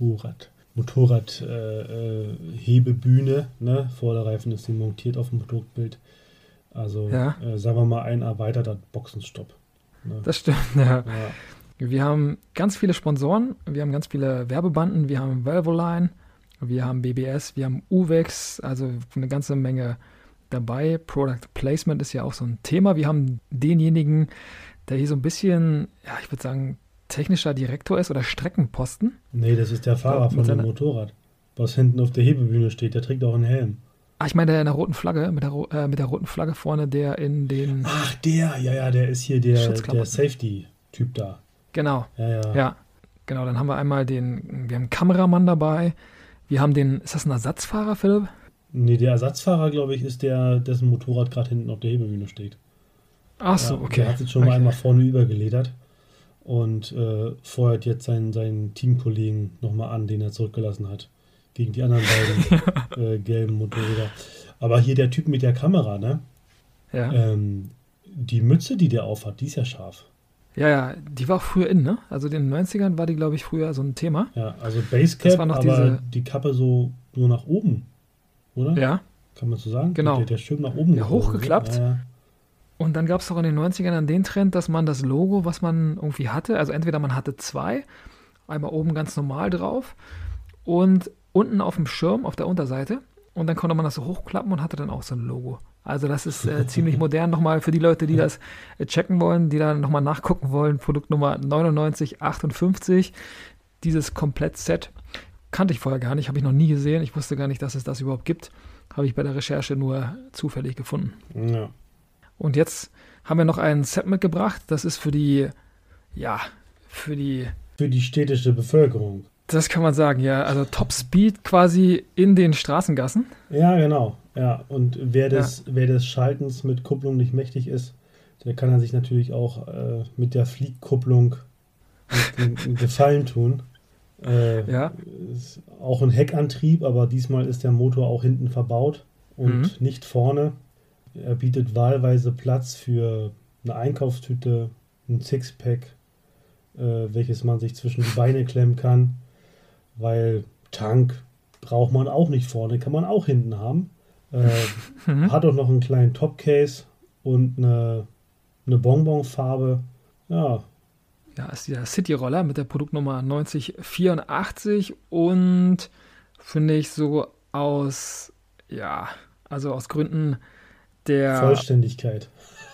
Hebebühne, ne? Vorderreifen ist die montiert auf dem Produktbild. Also, Ja. Sagen wir mal, ein erweiterter Boxenstopp. Ne? Das stimmt, ja. Ja, Wir haben ganz viele Sponsoren, wir haben ganz viele Werbebanden, wir haben Valvoline, wir haben BBS, wir haben Uvex, also eine ganze Menge dabei. Product Placement ist ja auch so ein Thema. Wir haben denjenigen, der hier so ein bisschen, ja, ich würde sagen, technischer Direktor ist oder Streckenposten. nee, das ist der Fahrer mit von dem seiner- Motorrad, was hinten auf der Hebebühne steht. Der trägt auch einen Helm. Ich meine, der in der roten Flagge, mit der roten Flagge vorne, der in den, Ach, der ist hier der Schutzklamotten. Safety-Typ da. genau, Ja. ja, genau, dann haben wir einmal wir haben einen Kameramann dabei, wir haben ist das ein Ersatzfahrer, Philipp? Nee, der Ersatzfahrer, glaube ich, ist dessen Motorrad gerade hinten auf der Hebebühne steht. Ach so, Ja, okay. Der hat sich schon mal Okay. einmal vorne übergeledert und feuert jetzt seinen Teamkollegen nochmal an, den er zurückgelassen hat. Gegen die anderen beiden gelben Motorräder. Aber hier der Typ mit der Kamera, ne? Ja. Die Mütze, die der aufhat, die ist ja scharf. Ja, die war auch früher in, ne? Also in den 90ern war die, glaube ich, früher so ein Thema. Ja, also Das Basecap, war noch aber diese- die Kappe so nach oben, oder? Ja. Kann man so sagen? Genau. Der schön nach oben Ja, gezogen, hochgeklappt. Ja. Und dann gab es doch in den 90ern dann den Trend, dass man das Logo, was man irgendwie hatte, also entweder man hatte zwei, einmal oben ganz normal drauf und unten auf dem Schirm auf der Unterseite und dann konnte man das so hochklappen und hatte dann auch so ein Logo. Also das ist ziemlich modern nochmal für die Leute, die das checken wollen, die da nochmal nachgucken wollen. Produktnummer 9958, dieses Komplettset. Kannte ich vorher gar nicht, habe ich noch nie gesehen. Ich wusste gar nicht, dass es das überhaupt gibt. Habe ich bei der Recherche nur zufällig gefunden. Ja. Und jetzt haben wir noch ein Set mitgebracht. Das ist für die Für die städtische Bevölkerung. das kann man sagen, ja. Also Top Speed quasi in den Straßengassen. Ja, genau. Ja, und wer des Schaltens mit Kupplung nicht mächtig ist, der kann er sich natürlich auch mit der Fliehkupplung einen Gefallen tun. Ist auch ein Heckantrieb, aber diesmal ist der Motor auch hinten verbaut und nicht vorne. Er bietet wahlweise Platz für eine Einkaufstüte, ein Sixpack, welches man sich zwischen die Beine klemmen kann, weil Tank braucht man auch nicht vorne, kann man auch hinten haben. Hat auch noch einen kleinen Topcase und eine Bonbonfarbe. Ja. Ja, ist der City-Roller mit der Produktnummer 9084 und finde ich so aus Gründen der Vollständigkeit.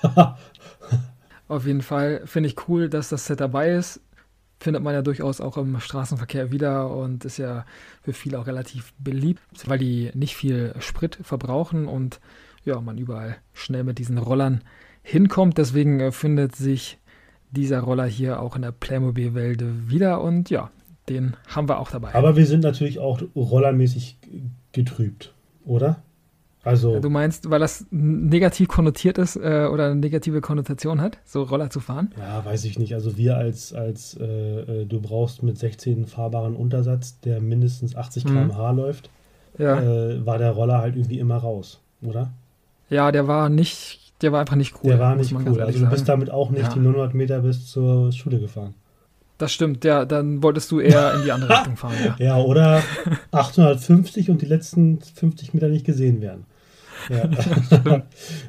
Auf jeden Fall finde ich cool, dass das Set dabei ist. Findet man ja durchaus auch im Straßenverkehr wieder und ist ja für viele auch relativ beliebt, weil die nicht viel Sprit verbrauchen und ja, man überall schnell mit diesen Rollern hinkommt. Deswegen findet sich dieser Roller hier auch in der Playmobil-Welt wieder und ja, den haben wir auch dabei. Aber wir sind natürlich auch rollermäßig getrübt, oder? Also, Du meinst, weil das negativ konnotiert ist oder eine negative Konnotation hat, so Roller zu fahren? ja, weiß ich nicht. Also wir du brauchst mit 16 fahrbaren Untersatz, der mindestens 80 km/h läuft, war der Roller halt irgendwie immer raus, oder? Ja, der war einfach nicht cool. Der war muss nicht man ganz cool. ehrlich Also du bist sagen. damit auch nicht Ja. die 900 Meter bis zur Schule gefahren. Das stimmt, ja, dann wolltest du eher in die andere Richtung fahren, ja. Ja, oder 850 und die letzten 50 Meter nicht gesehen werden. Ja.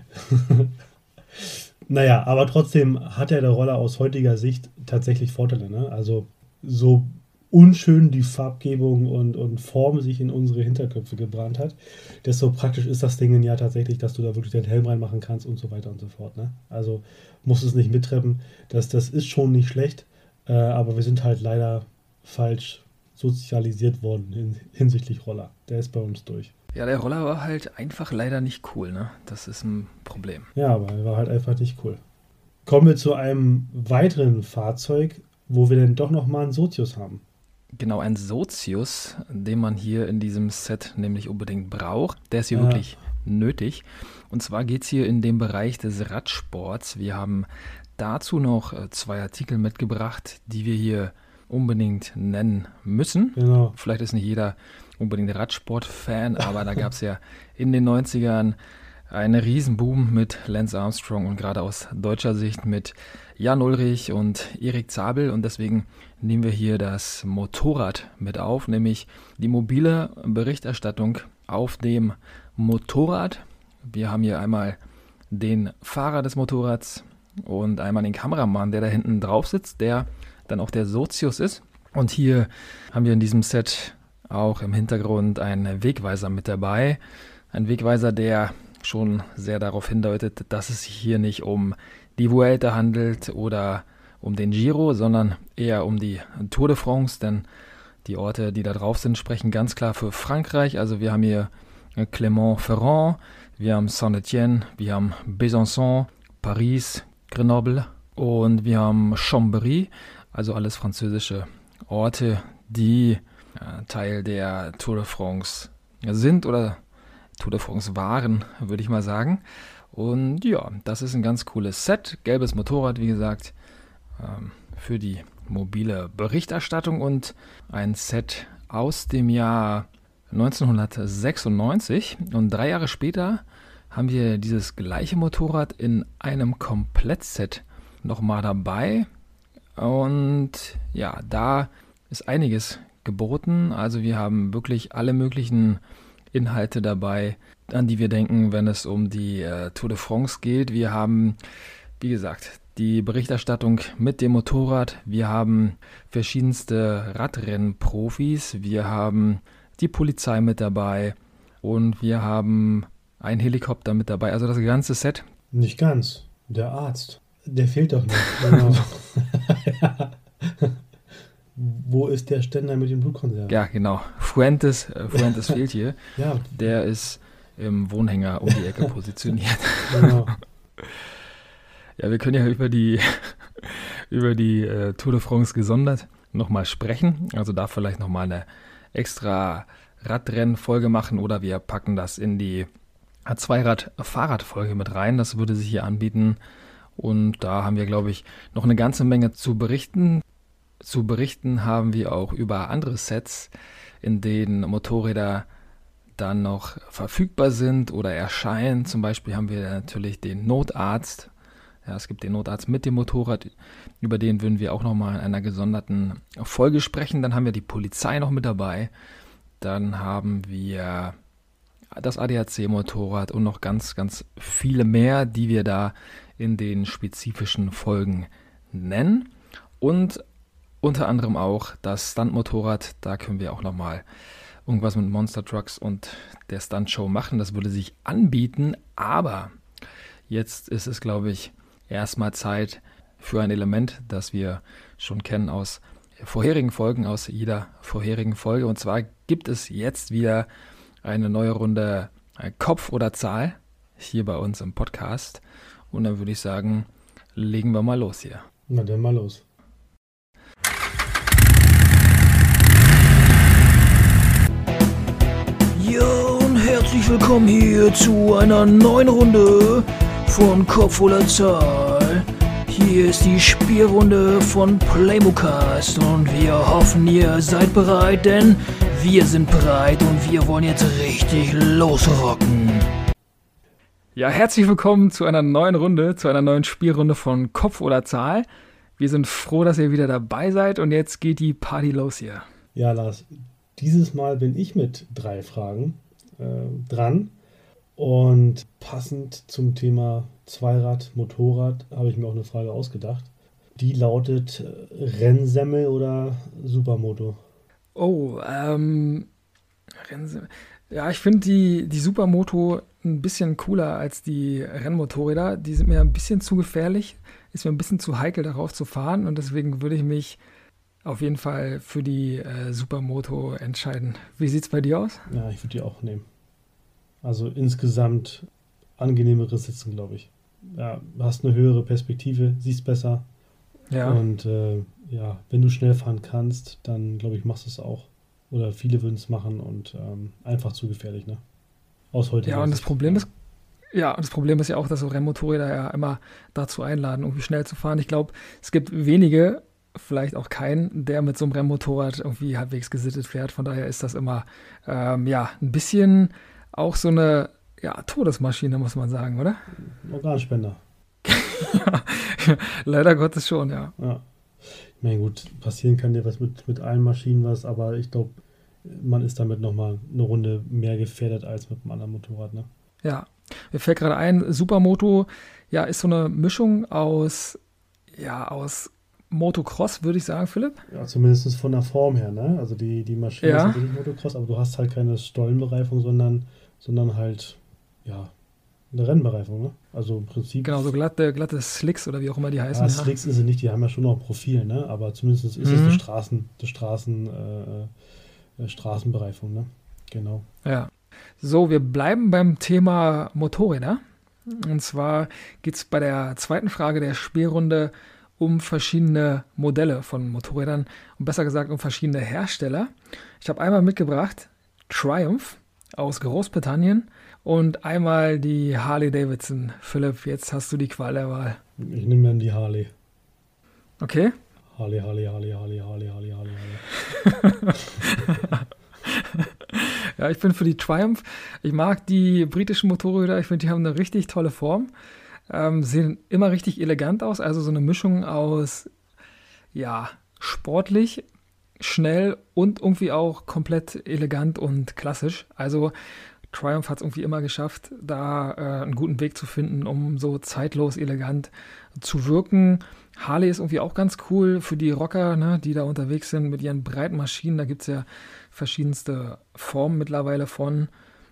Naja, aber trotzdem hat ja der Roller aus heutiger Sicht tatsächlich Vorteile. Ne? Also so unschön die Farbgebung und Form sich in unsere Hinterköpfe gebrannt hat, desto praktisch ist das Ding ja tatsächlich, dass du da wirklich den Helm reinmachen kannst und so weiter und so fort. Ne? Also musst es nicht mittreppen. Das ist schon nicht schlecht, aber wir sind halt leider falsch sozialisiert worden hinsichtlich Roller. Der ist bei uns durch. Ja, der Roller war halt einfach leider nicht cool, ne? Das ist ein Problem. Ja, aber er war halt einfach nicht cool. Kommen wir zu einem weiteren Fahrzeug, wo wir dann doch nochmal einen Sozius haben. Genau, ein Sozius, den man hier in diesem Set nämlich unbedingt braucht. Der ist hier Ja. wirklich nötig. Und zwar geht es hier in den Bereich des Radsports. Wir haben dazu noch zwei Artikel mitgebracht, die wir hier unbedingt nennen müssen. Genau. Vielleicht ist nicht jeder unbedingt Radsport-Fan, aber da gab es ja in den 90ern einen Riesenboom mit Lance Armstrong und gerade aus deutscher Sicht mit Jan Ullrich und Erik Zabel und deswegen nehmen wir hier das Motorrad mit auf, nämlich die mobile Berichterstattung auf dem Motorrad. Wir haben hier einmal den Fahrer des Motorrads und einmal den Kameramann, der da hinten drauf sitzt, der dann auch der Sozius ist. Und hier haben wir in diesem Set auch im Hintergrund einen Wegweiser mit dabei. Ein Wegweiser, der schon sehr darauf hindeutet, dass es sich hier nicht um die Vuelta handelt oder um den Giro, sondern eher um die Tour de France, denn die Orte, die da drauf sind, sprechen ganz klar für Frankreich. Also wir haben hier Clermont-Ferrand, wir haben Saint-Étienne, wir haben Besançon, Paris, Grenoble und wir haben Chambéry, also alles französische Orte, die Teil der Tour de France sind oder Tour de France waren, würde ich mal sagen. Und ja, das ist ein ganz cooles Set. Gelbes Motorrad, wie gesagt, für die mobile Berichterstattung und ein Set aus dem Jahr 1996. Und 3 Jahre später haben wir dieses gleiche Motorrad in einem Komplettset nochmal dabei. Und ja, da ist einiges geboten. Also wir haben wirklich alle möglichen Inhalte dabei. an die wir denken, wenn es um die Tour de France geht. Wir haben, wie gesagt, die Berichterstattung mit dem Motorrad. Wir haben verschiedenste Radrennprofis. Wir haben die Polizei mit dabei und wir haben einen Helikopter mit dabei. Also das ganze Set. Nicht ganz. Der Arzt. Der fehlt doch noch. Genau. Ja. Wo ist der Ständer mit den Blutkonserven? Ja, genau. Fuentes fehlt hier. Ja. Der ist im Wohnhänger um die Ecke positioniert. Genau. Ja, wir können ja über die Tour de France gesondert nochmal sprechen. Also da vielleicht nochmal eine extra Radrennfolge machen oder wir packen das in die Zweirad-Fahrradfolge mit rein. Das würde sich hier anbieten. Und da haben wir, glaube ich, noch eine ganze Menge zu berichten. Zu berichten haben wir auch über andere Sets, in denen Motorräder dann noch verfügbar sind oder erscheinen. Zum Beispiel haben wir natürlich den Notarzt. Ja, es gibt den Notarzt mit dem Motorrad, über den würden wir auch nochmal in einer gesonderten Folge sprechen. Dann haben wir die Polizei noch mit dabei. Dann haben wir das ADAC-Motorrad und noch ganz, ganz viele mehr, die wir da in den spezifischen Folgen nennen. Und unter anderem auch das Stunt-Motorrad. Da können wir auch nochmal irgendwas mit Monster Trucks und der Stunt-Show machen. Das würde sich anbieten, aber jetzt ist es, glaube ich, erstmal Zeit für ein Element, das wir schon kennen aus vorherigen Folgen, aus jeder vorherigen Folge. Und zwar gibt es jetzt wieder eine neue Runde Kopf oder Zahl hier bei uns im Podcast. Und dann würde ich sagen, legen wir mal los hier. Na dann mal los. Ja, und herzlich willkommen hier zu einer neuen Runde von Kopf oder Zahl. Hier ist die Spielrunde von Playmocast und wir hoffen, ihr seid bereit, denn wir sind bereit und wir wollen jetzt richtig losrocken. Ja, herzlich willkommen zu einer neuen Runde, zu einer neuen Spielrunde von Kopf oder Zahl. Wir sind froh, dass ihr wieder dabei seid und jetzt geht die Party los hier. Ja, Lars, dieses Mal bin ich mit 3 Fragen dran. Und passend zum Thema Zweirad, Motorrad habe ich mir auch eine Frage ausgedacht. Die lautet Rennsemmel oder Supermoto? Oh, Rennsemmel. Ja, ich finde die Supermoto ein bisschen cooler als die Rennmotorräder. Die sind mir ein bisschen zu gefährlich, ist mir ein bisschen zu heikel darauf zu fahren und deswegen würde ich mich auf jeden Fall für die Supermoto entscheiden. Wie sieht es bei dir aus? Ja, ich würde die auch nehmen. Also insgesamt angenehmere Sitzen, glaube ich. Ja, hast eine höhere Perspektive, siehst besser. Ja. Und ja, wenn du schnell fahren kannst, dann glaube ich, machst du es auch. Oder viele würden es machen und einfach zu gefährlich, ne? Aus heutiger Ja, und das Sicht. Problem ist, ja auch, dass so Rennmotorräder ja immer dazu einladen, irgendwie schnell zu fahren. Ich glaube, es gibt wenige, vielleicht auch keinen, der mit so einem Rennmotorrad irgendwie halbwegs gesittet fährt. Von daher ist das immer, ein bisschen auch so eine, Todesmaschine, muss man sagen, oder? Organspender. Ja, leider Gottes schon, ja. Ja. Ich meine, gut, passieren kann dir was mit allen Maschinen was, aber ich glaube, man ist damit nochmal eine Runde mehr gefährdet als mit einem anderen Motorrad, ne? Ja, mir fällt gerade ein, Supermoto, ja, ist so eine Mischung aus Motocross, würde ich sagen, Philipp. Ja, zumindest von der Form her, ne? Also die Maschine Ja. ist natürlich Motocross, aber du hast halt keine Stollenbereifung, sondern halt, ja, eine Rennbereifung, ne? Also im Prinzip. Genau, so glatte Slicks oder wie auch immer die heißen. Ja, Slicks ist es nicht, die haben ja schon noch ein Profil, ne? Aber zumindest ist es eine Straßenbereifung, ne? Genau. Ja. So, wir bleiben beim Thema Motorräder. Und zwar geht es bei der zweiten Frage der Spielrunde um verschiedene Modelle von Motorrädern und besser gesagt um verschiedene Hersteller. Ich habe einmal mitgebracht Triumph aus Großbritannien und einmal die Harley Davidson. Philipp, jetzt hast du die Qual der Wahl. Ich nehme dann die Harley. Okay? Harley. Ja, ich bin für die Triumph. Ich mag die britischen Motorräder. Ich finde, die haben eine richtig tolle Form. Sehen immer richtig elegant aus. Also so eine Mischung aus, sportlich, schnell und irgendwie auch komplett elegant und klassisch. Also Triumph hat es irgendwie immer geschafft, da einen guten Weg zu finden, um so zeitlos elegant zu wirken. Harley ist irgendwie auch ganz cool für die Rocker, ne, die da unterwegs sind mit ihren breiten Maschinen. Da gibt es ja verschiedenste Formen mittlerweile von.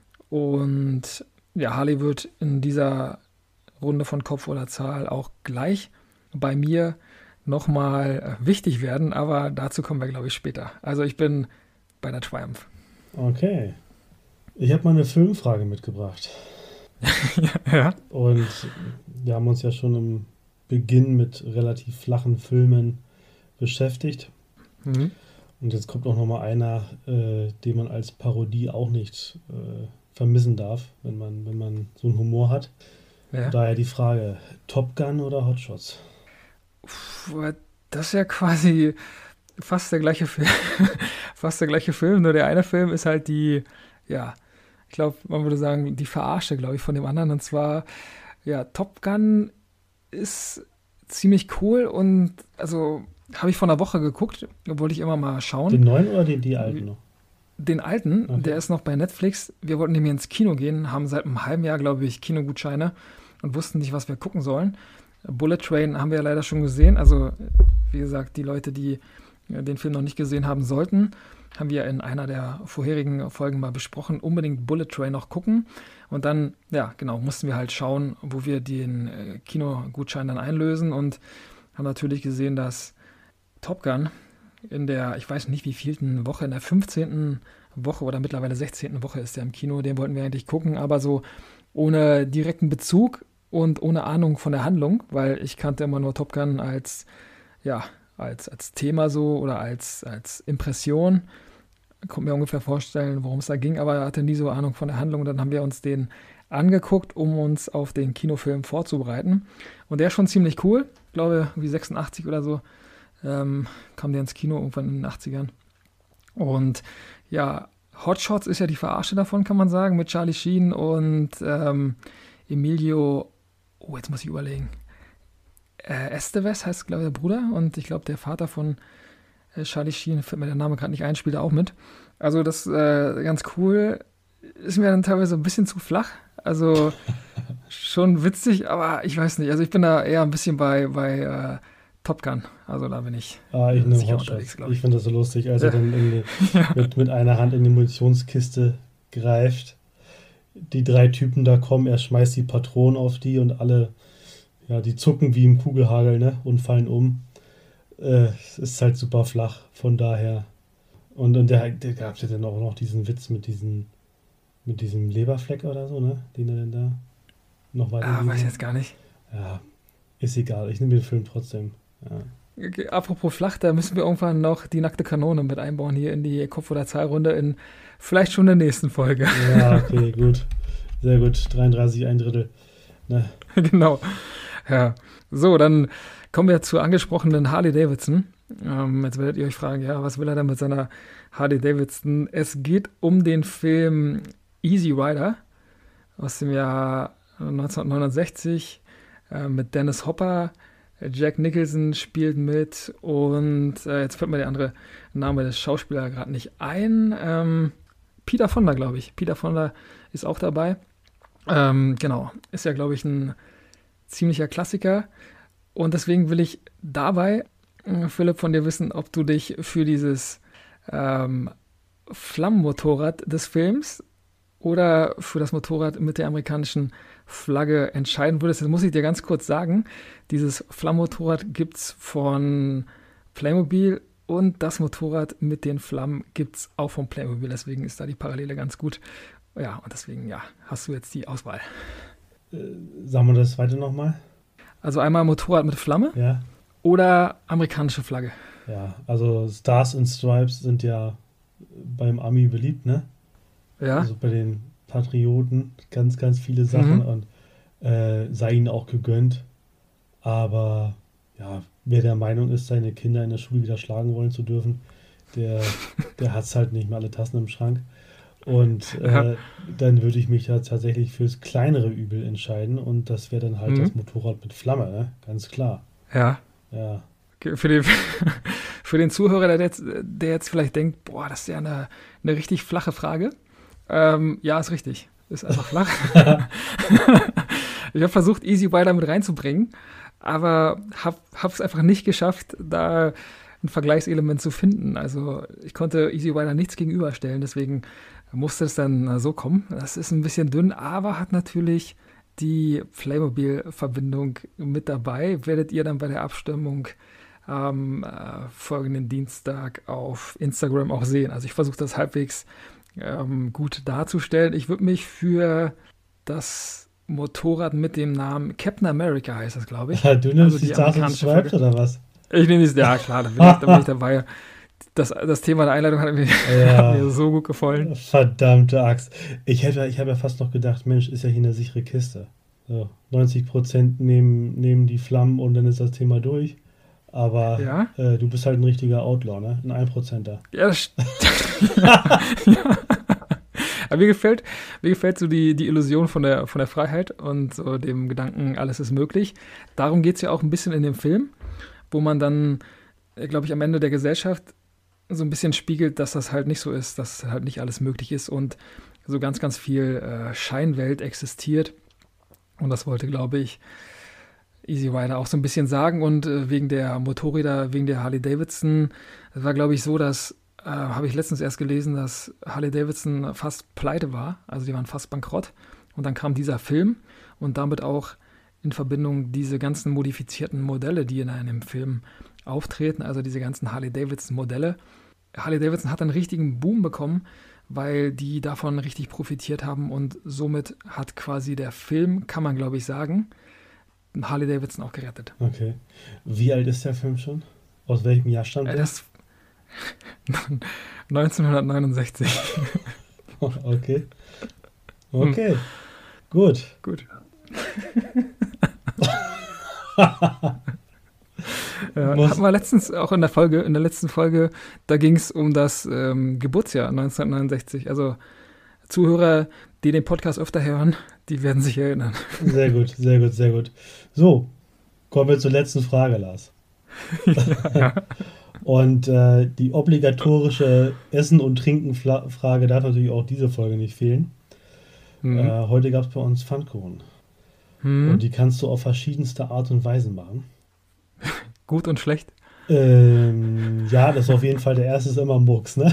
Und ja, Harley wird in dieser Runde von Kopf oder Zahl auch gleich bei mir nochmal wichtig werden, aber dazu kommen wir, glaube ich, später. Also ich bin bei der Triumph. Okay. Ich habe mal eine Filmfrage mitgebracht. Ja. Und wir haben uns ja schon im Beginn mit relativ flachen Filmen beschäftigt. Mhm. Und jetzt kommt auch nochmal einer, den man als Parodie auch nicht vermissen darf, wenn man so einen Humor hat. Ja. Daher die Frage, Top Gun oder Hot Shots? Das ist ja quasi fast der gleiche Film. Fast der gleiche Film, nur der eine Film ist halt die, ja, ich glaube, man würde sagen, die Verarsche, glaube ich, von dem anderen. Und zwar, ja, Top Gun ist ziemlich cool und also habe ich vor einer Woche geguckt, wollte ich immer mal schauen. Den neuen oder die alten noch? Den alten, Okay. der ist noch bei Netflix. Wir wollten nämlich ins Kino gehen, haben seit einem halben Jahr, glaube ich, Kinogutscheine und wussten nicht, was wir gucken sollen. Bullet Train haben wir ja leider schon gesehen. Also, wie gesagt, die Leute, die den Film noch nicht gesehen haben sollten, haben wir in einer der vorherigen Folgen mal besprochen, unbedingt Bullet Train noch gucken. Und dann, ja, genau, mussten wir halt schauen, wo wir den Kinogutschein dann einlösen und haben natürlich gesehen, dass Top Gun in der, ich weiß nicht wievielten Woche, in der 15. Woche oder mittlerweile 16. Woche ist der im Kino, den wollten wir eigentlich gucken, aber so ohne direkten Bezug und ohne Ahnung von der Handlung, weil ich kannte immer nur Top Gun als, ja, als Thema so oder als Impression. Konnte mir ungefähr vorstellen, worum es da ging, aber hatte nie so Ahnung von der Handlung. Dann haben wir uns den angeguckt, um uns auf den Kinofilm vorzubereiten. Und der ist schon ziemlich cool. Ich glaube, wie 86 oder so kam der ins Kino irgendwann in den 80ern. Und ja, Hot Shots ist ja die Verarsche davon, kann man sagen, mit Charlie Sheen und Emilio, oh, jetzt muss ich überlegen. Estevez heißt, glaube ich, der Bruder und ich glaube, der Vater von Charlie Sheen, fällt mir der Name gerade nicht ein, spielt er auch mit. Also das ganz cool. Ist mir dann teilweise ein bisschen zu flach. Also schon witzig, aber ich weiß nicht. Also ich bin da eher ein bisschen bei Top Gun. Also da bin ich Ich nehme sicher Hot unterwegs, Shots. glaube Ich ich. finde das so lustig, als er Ja. dann mit einer Hand in die Munitionskiste greift. Die drei Typen da kommen, er schmeißt die Patronen auf die und alle, ja, die zucken wie im Kugelhagel, ne, und fallen um. Es ist halt super flach, von daher. Und der gab ja dann auch noch diesen Witz mit diesem Leberfleck oder so, ne, den er denn da noch weiter. Weiß ich jetzt gar nicht. Ja, ist egal, ich nehme den Film trotzdem. Ja. Okay, apropos flach, da müssen wir irgendwann noch die nackte Kanone mit einbauen hier in die Kopf- oder Zahlrunde in vielleicht schon der nächsten Folge. Ja, okay, gut. Sehr gut. 33, ein Drittel. Ne? Genau. Ja. So, dann kommen wir zur angesprochenen Harley Davidson. Jetzt werdet ihr euch fragen, ja, was will er denn mit seiner Harley Davidson? Es geht um den Film Easy Rider aus dem Jahr 1969 mit Dennis Hopper. Jack Nicholson spielt mit und jetzt fällt mir der andere Name des Schauspielers gerade nicht ein. Peter Fonda, glaube ich. Peter Fonda ist auch dabei. Genau, ist ja, glaube ich, ein ziemlicher Klassiker. Und deswegen will ich dabei, Philipp, von dir wissen, ob du dich für dieses Flammenmotorrad des Films oder für das Motorrad mit der amerikanischen Flagge entscheiden würdest. Das muss ich dir ganz kurz sagen. Dieses Flammenmotorrad gibt es von Playmobil und das Motorrad mit den Flammen gibt es auch von Playmobil. Deswegen ist da die Parallele ganz gut. Ja, und deswegen, ja, hast du jetzt die Auswahl. Sagen wir das zweite nochmal? Also einmal Motorrad mit Flamme Ja. oder amerikanische Flagge. Ja, also Stars and Stripes sind ja beim Ami beliebt, ne? Ja, Also bei den Patrioten ganz, ganz viele Sachen und sei ihnen auch gegönnt. Aber ja, wer der Meinung ist, seine Kinder in der Schule wieder schlagen wollen zu dürfen, der hat es halt nicht mehr alle Tassen im Schrank. Und Ja. dann würde ich mich ja tatsächlich fürs kleinere Übel entscheiden und das wäre dann halt das Motorrad mit Flamme, ne? Ganz klar. ja. Ja. Okay, für den Zuhörer, der jetzt vielleicht denkt, boah, das ist ja eine richtig flache Frage. Ja, ist richtig. Ist einfach flach. Ich habe versucht, Easy Rider mit reinzubringen, aber habe es einfach nicht geschafft, da ein Vergleichselement zu finden. Also ich konnte Easy Rider nichts gegenüberstellen, deswegen musste es dann so kommen. Das ist ein bisschen dünn, aber hat natürlich die Playmobil-Verbindung mit dabei. Werdet ihr dann bei der Abstimmung am folgenden Dienstag auf Instagram auch sehen. Also ich versuche das halbwegs gut darzustellen. Ich würde mich für das Motorrad mit dem Namen Captain America heißt das, glaube ich. Du nimmst also die Stars und Stripes oder was? Ich nehme die, ja klar, da bin ich dabei. Das Thema der Einleitung hat mir so gut gefallen. Verdammte Axt. Ich habe ja fast noch gedacht, Mensch, ist ja hier eine sichere Kiste. So, 90% nehmen die Flammen und dann ist das Thema durch. Aber ja? Du bist halt ein richtiger Outlaw, ne? Ein 1%er. Ja, das stimmt. Ja. Aber mir gefällt so die Illusion von der Freiheit und so dem Gedanken, alles ist möglich. Darum geht es ja auch ein bisschen in dem Film, wo man dann, glaube ich, am Ende der Gesellschaft so ein bisschen spiegelt, dass das halt nicht so ist, dass halt nicht alles möglich ist und so ganz, ganz viel Scheinwelt existiert. Und das wollte, glaube ich, Easy Rider auch so ein bisschen sagen. Und wegen der Motorräder, wegen der Harley Davidson, das war, glaube ich, so, dass habe ich letztens erst gelesen, dass Harley Davidson fast pleite war. Also die waren fast bankrott. Und dann kam dieser Film und damit auch in Verbindung diese ganzen modifizierten Modelle, die in einem Film auftreten, also diese ganzen Harley Davidson Modelle. Harley Davidson hat einen richtigen Boom bekommen, weil die davon richtig profitiert haben und somit hat quasi der Film, kann man glaube ich sagen, Harley Davidson auch gerettet. Okay. Wie alt ist der Film schon? Aus welchem Jahr stammt der? 1969. Okay. Okay. Gut. Hatten wir letztens auch in der letzten Folge, da ging es um das Geburtsjahr 1969. Also Zuhörer, die den Podcast öfter hören, die werden sich erinnern. Sehr gut. So, kommen wir zur letzten Frage, Lars. Ja. Und die obligatorische Essen- und Trinken-Frage darf natürlich auch diese Folge nicht fehlen. Heute gab es bei uns Pfannkuchen. Und die kannst du auf verschiedenste Art und Weise machen. Gut und schlecht? Ja, das ist auf jeden Fall der erste, ist immer Murks, ne?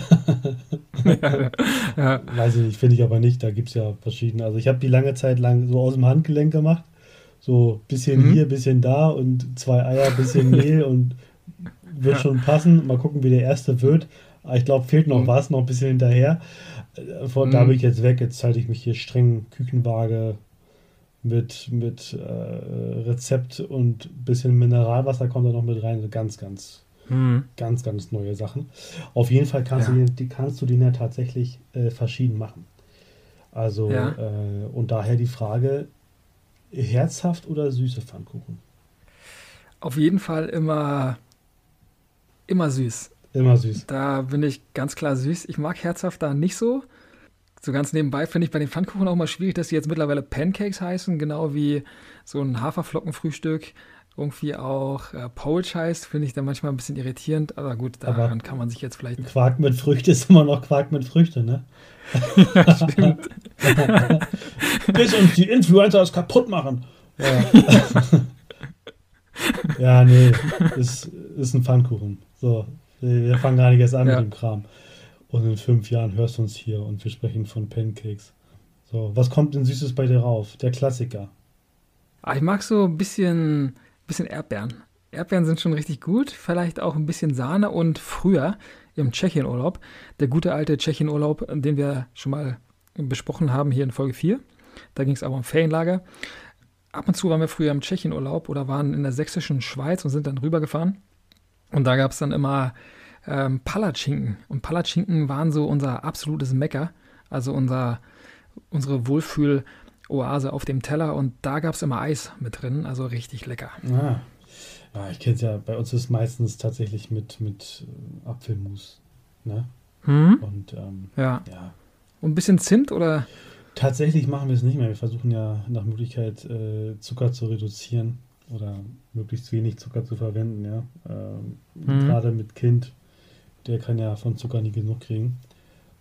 Ja. Weiß ich nicht, finde ich aber nicht. Da gibt es ja verschiedene. Also ich habe die lange Zeit lang so aus dem Handgelenk gemacht. So bisschen hier, bisschen da und 2 Eier, bisschen Mehl und wird schon passen. Mal gucken, wie der erste wird. Aber ich glaube, fehlt noch was, noch ein bisschen hinterher. Da bin ich jetzt weg. Jetzt halte ich mich hier streng Küchenwaage mit Rezept und ein bisschen Mineralwasser kommt da noch mit rein. Ganz neue Sachen. Auf jeden Fall kannst du den ja tatsächlich verschieden machen. Also, und daher die Frage, herzhaft oder süße Pfannkuchen? Auf jeden Fall immer süß. Immer süß. Da bin ich ganz klar süß. Ich mag herzhaft da nicht so. So ganz nebenbei finde ich bei den Pfannkuchen auch mal schwierig, dass die jetzt mittlerweile Pancakes heißen, genau wie so ein Haferflockenfrühstück irgendwie auch Porridge heißt, finde ich dann manchmal ein bisschen irritierend, aber gut, daran kann man sich jetzt vielleicht... Quark mit Früchte ist immer noch Quark mit Früchte, ne? Ja, stimmt. Bis uns die Influencer es kaputt machen. Ja, ja nee, ist ein Pfannkuchen. So, wir fangen gar nicht erst an mit dem Kram. Und in 5 Jahren hörst du uns hier und wir sprechen von Pancakes. So, was kommt denn Süßes bei dir rauf? Der Klassiker. Ich mag so ein bisschen Erdbeeren. Erdbeeren sind schon richtig gut. Vielleicht auch ein bisschen Sahne und früher im Tschechienurlaub, der gute alte Tschechienurlaub, den wir schon mal besprochen haben hier in Folge 4. Da ging es aber um Ferienlager. Ab und zu waren wir früher im Tschechienurlaub oder waren in der sächsischen Schweiz und sind dann rübergefahren. Und da gab es dann immer Palatschinken. Und Palatschinken waren so unser absolutes Mecker. Also unsere Wohlfühl-Oase auf dem Teller. Und da gab es immer Eis mit drin. Also richtig lecker. Ja, ich kenne es ja. Bei uns ist meistens tatsächlich mit Apfelmus. Ne? Und ja. Und ein bisschen Zimt oder? Tatsächlich machen wir es nicht mehr. Wir versuchen ja nach Möglichkeit Zucker zu reduzieren oder möglichst wenig Zucker zu verwenden. Ja? Gerade mit Kind, der kann ja von Zucker nie genug kriegen.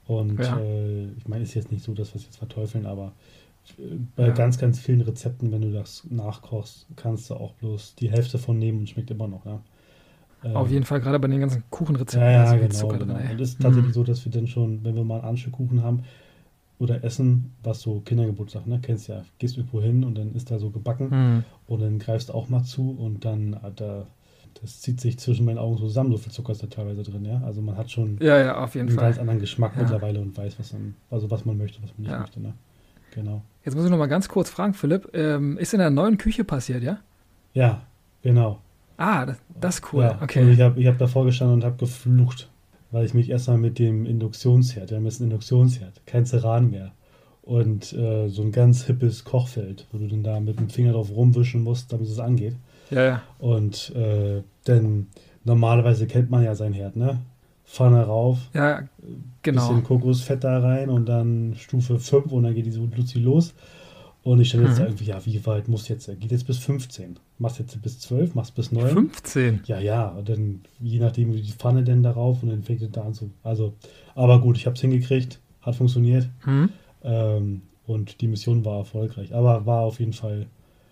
Und Ja. ich meine, ist jetzt nicht so, dass wir es jetzt verteufeln, aber bei Ja. ganz, ganz vielen Rezepten, wenn du das nachkochst, kannst du auch bloß die Hälfte von nehmen und schmeckt immer noch. Ja? Auf jeden Fall, gerade bei den ganzen Kuchenrezepten, Ja, da ist ja, so viel genau, Zucker genau. drin, ey. Und es ist tatsächlich so, dass wir dann schon, wenn wir mal einen Anschlusskuchen haben oder essen, was so Kindergeburtstag, ne, kennst ja, gehst irgendwo hin und dann ist da so gebacken Mhm. und dann greifst du auch mal zu und dann das zieht sich zwischen meinen Augen zusammen, so viel Zucker ist da teilweise drin, ja. Also man hat schon Ja, ja, auf jeden einen ganz Fall. anderen Geschmack Ja. mittlerweile und weiß, was man möchte, was man nicht Ja. möchte, ne. Genau. Jetzt muss ich noch mal ganz kurz fragen, Philipp, ist in der neuen Küche passiert, ja? Ja, genau. Ah, das ist cool. Ja, und Okay. ich hab davor gestanden und habe geflucht, weil ich mich erstmal mit dem Induktionsherd, wir haben jetzt einen Induktionsherd, kein Ceran mehr. Und so ein ganz hippes Kochfeld, wo du dann da mit dem Finger drauf rumwischen musst, damit es angeht. Ja, ja, Und denn normalerweise kennt man ja sein Herd, ne? Pfanne rauf, ja, genau. bisschen Kokosfett da rein und dann Stufe 5 und dann geht die so Luzi los. Und ich stand jetzt da irgendwie, ja, wie weit muss jetzt? Geht jetzt bis 15. Machst jetzt bis 12, machst bis 9. 15. Ja, ja, und dann je nachdem, wie die Pfanne denn darauf und dann fängt es da an zu. Also, aber gut, ich habe es hingekriegt, hat funktioniert Hm? und die Mission war erfolgreich. Aber war auf jeden Fall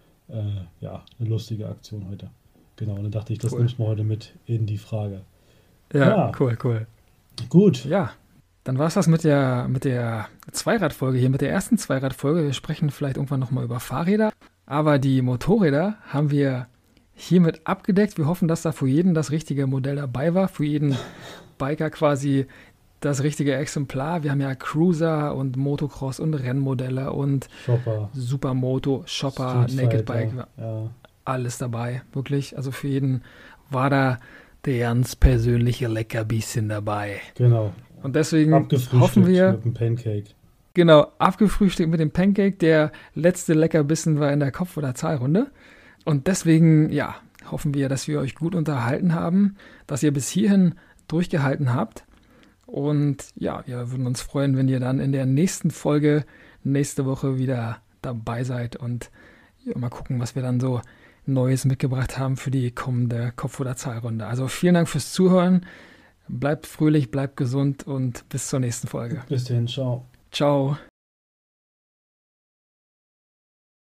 ja, eine lustige Aktion heute. Genau, und dann dachte ich, das Cool. nimmst du mal heute mit in die Frage. Ja, Ja. cool, cool. Gut, Ja, dann war es das mit der Zweiradfolge hier, mit der ersten Zweiradfolge. Wir sprechen vielleicht irgendwann nochmal über Fahrräder, aber die Motorräder haben wir hiermit abgedeckt. Wir hoffen, dass da für jeden das richtige Modell dabei war, für jeden Biker quasi das richtige Exemplar. Wir haben ja Cruiser und Motocross und Rennmodelle und Shopper, Supermoto, Shopper, Street Naked Fighter, Bike, ja, alles dabei, wirklich. Also für jeden war da der ganz persönliche Leckerbissen dabei. genau. Und deswegen Abgefrühstückt hoffen wir, mit dem Pancake. genau, abgefrühstückt mit dem Pancake. Der letzte Leckerbissen war in der Kopf- oder Zahlrunde. Und deswegen, ja, hoffen wir, dass wir euch gut unterhalten haben, dass ihr bis hierhin durchgehalten habt. Und ja, wir würden uns freuen, wenn ihr dann in der nächsten Folge nächste Woche wieder dabei seid und ja, mal gucken, was wir dann so Neues mitgebracht haben für die kommende Kopf- oder Zahlrunde. Also vielen Dank fürs Zuhören. Bleibt fröhlich, bleibt gesund und bis zur nächsten Folge. Bis dahin, ciao. Ciao.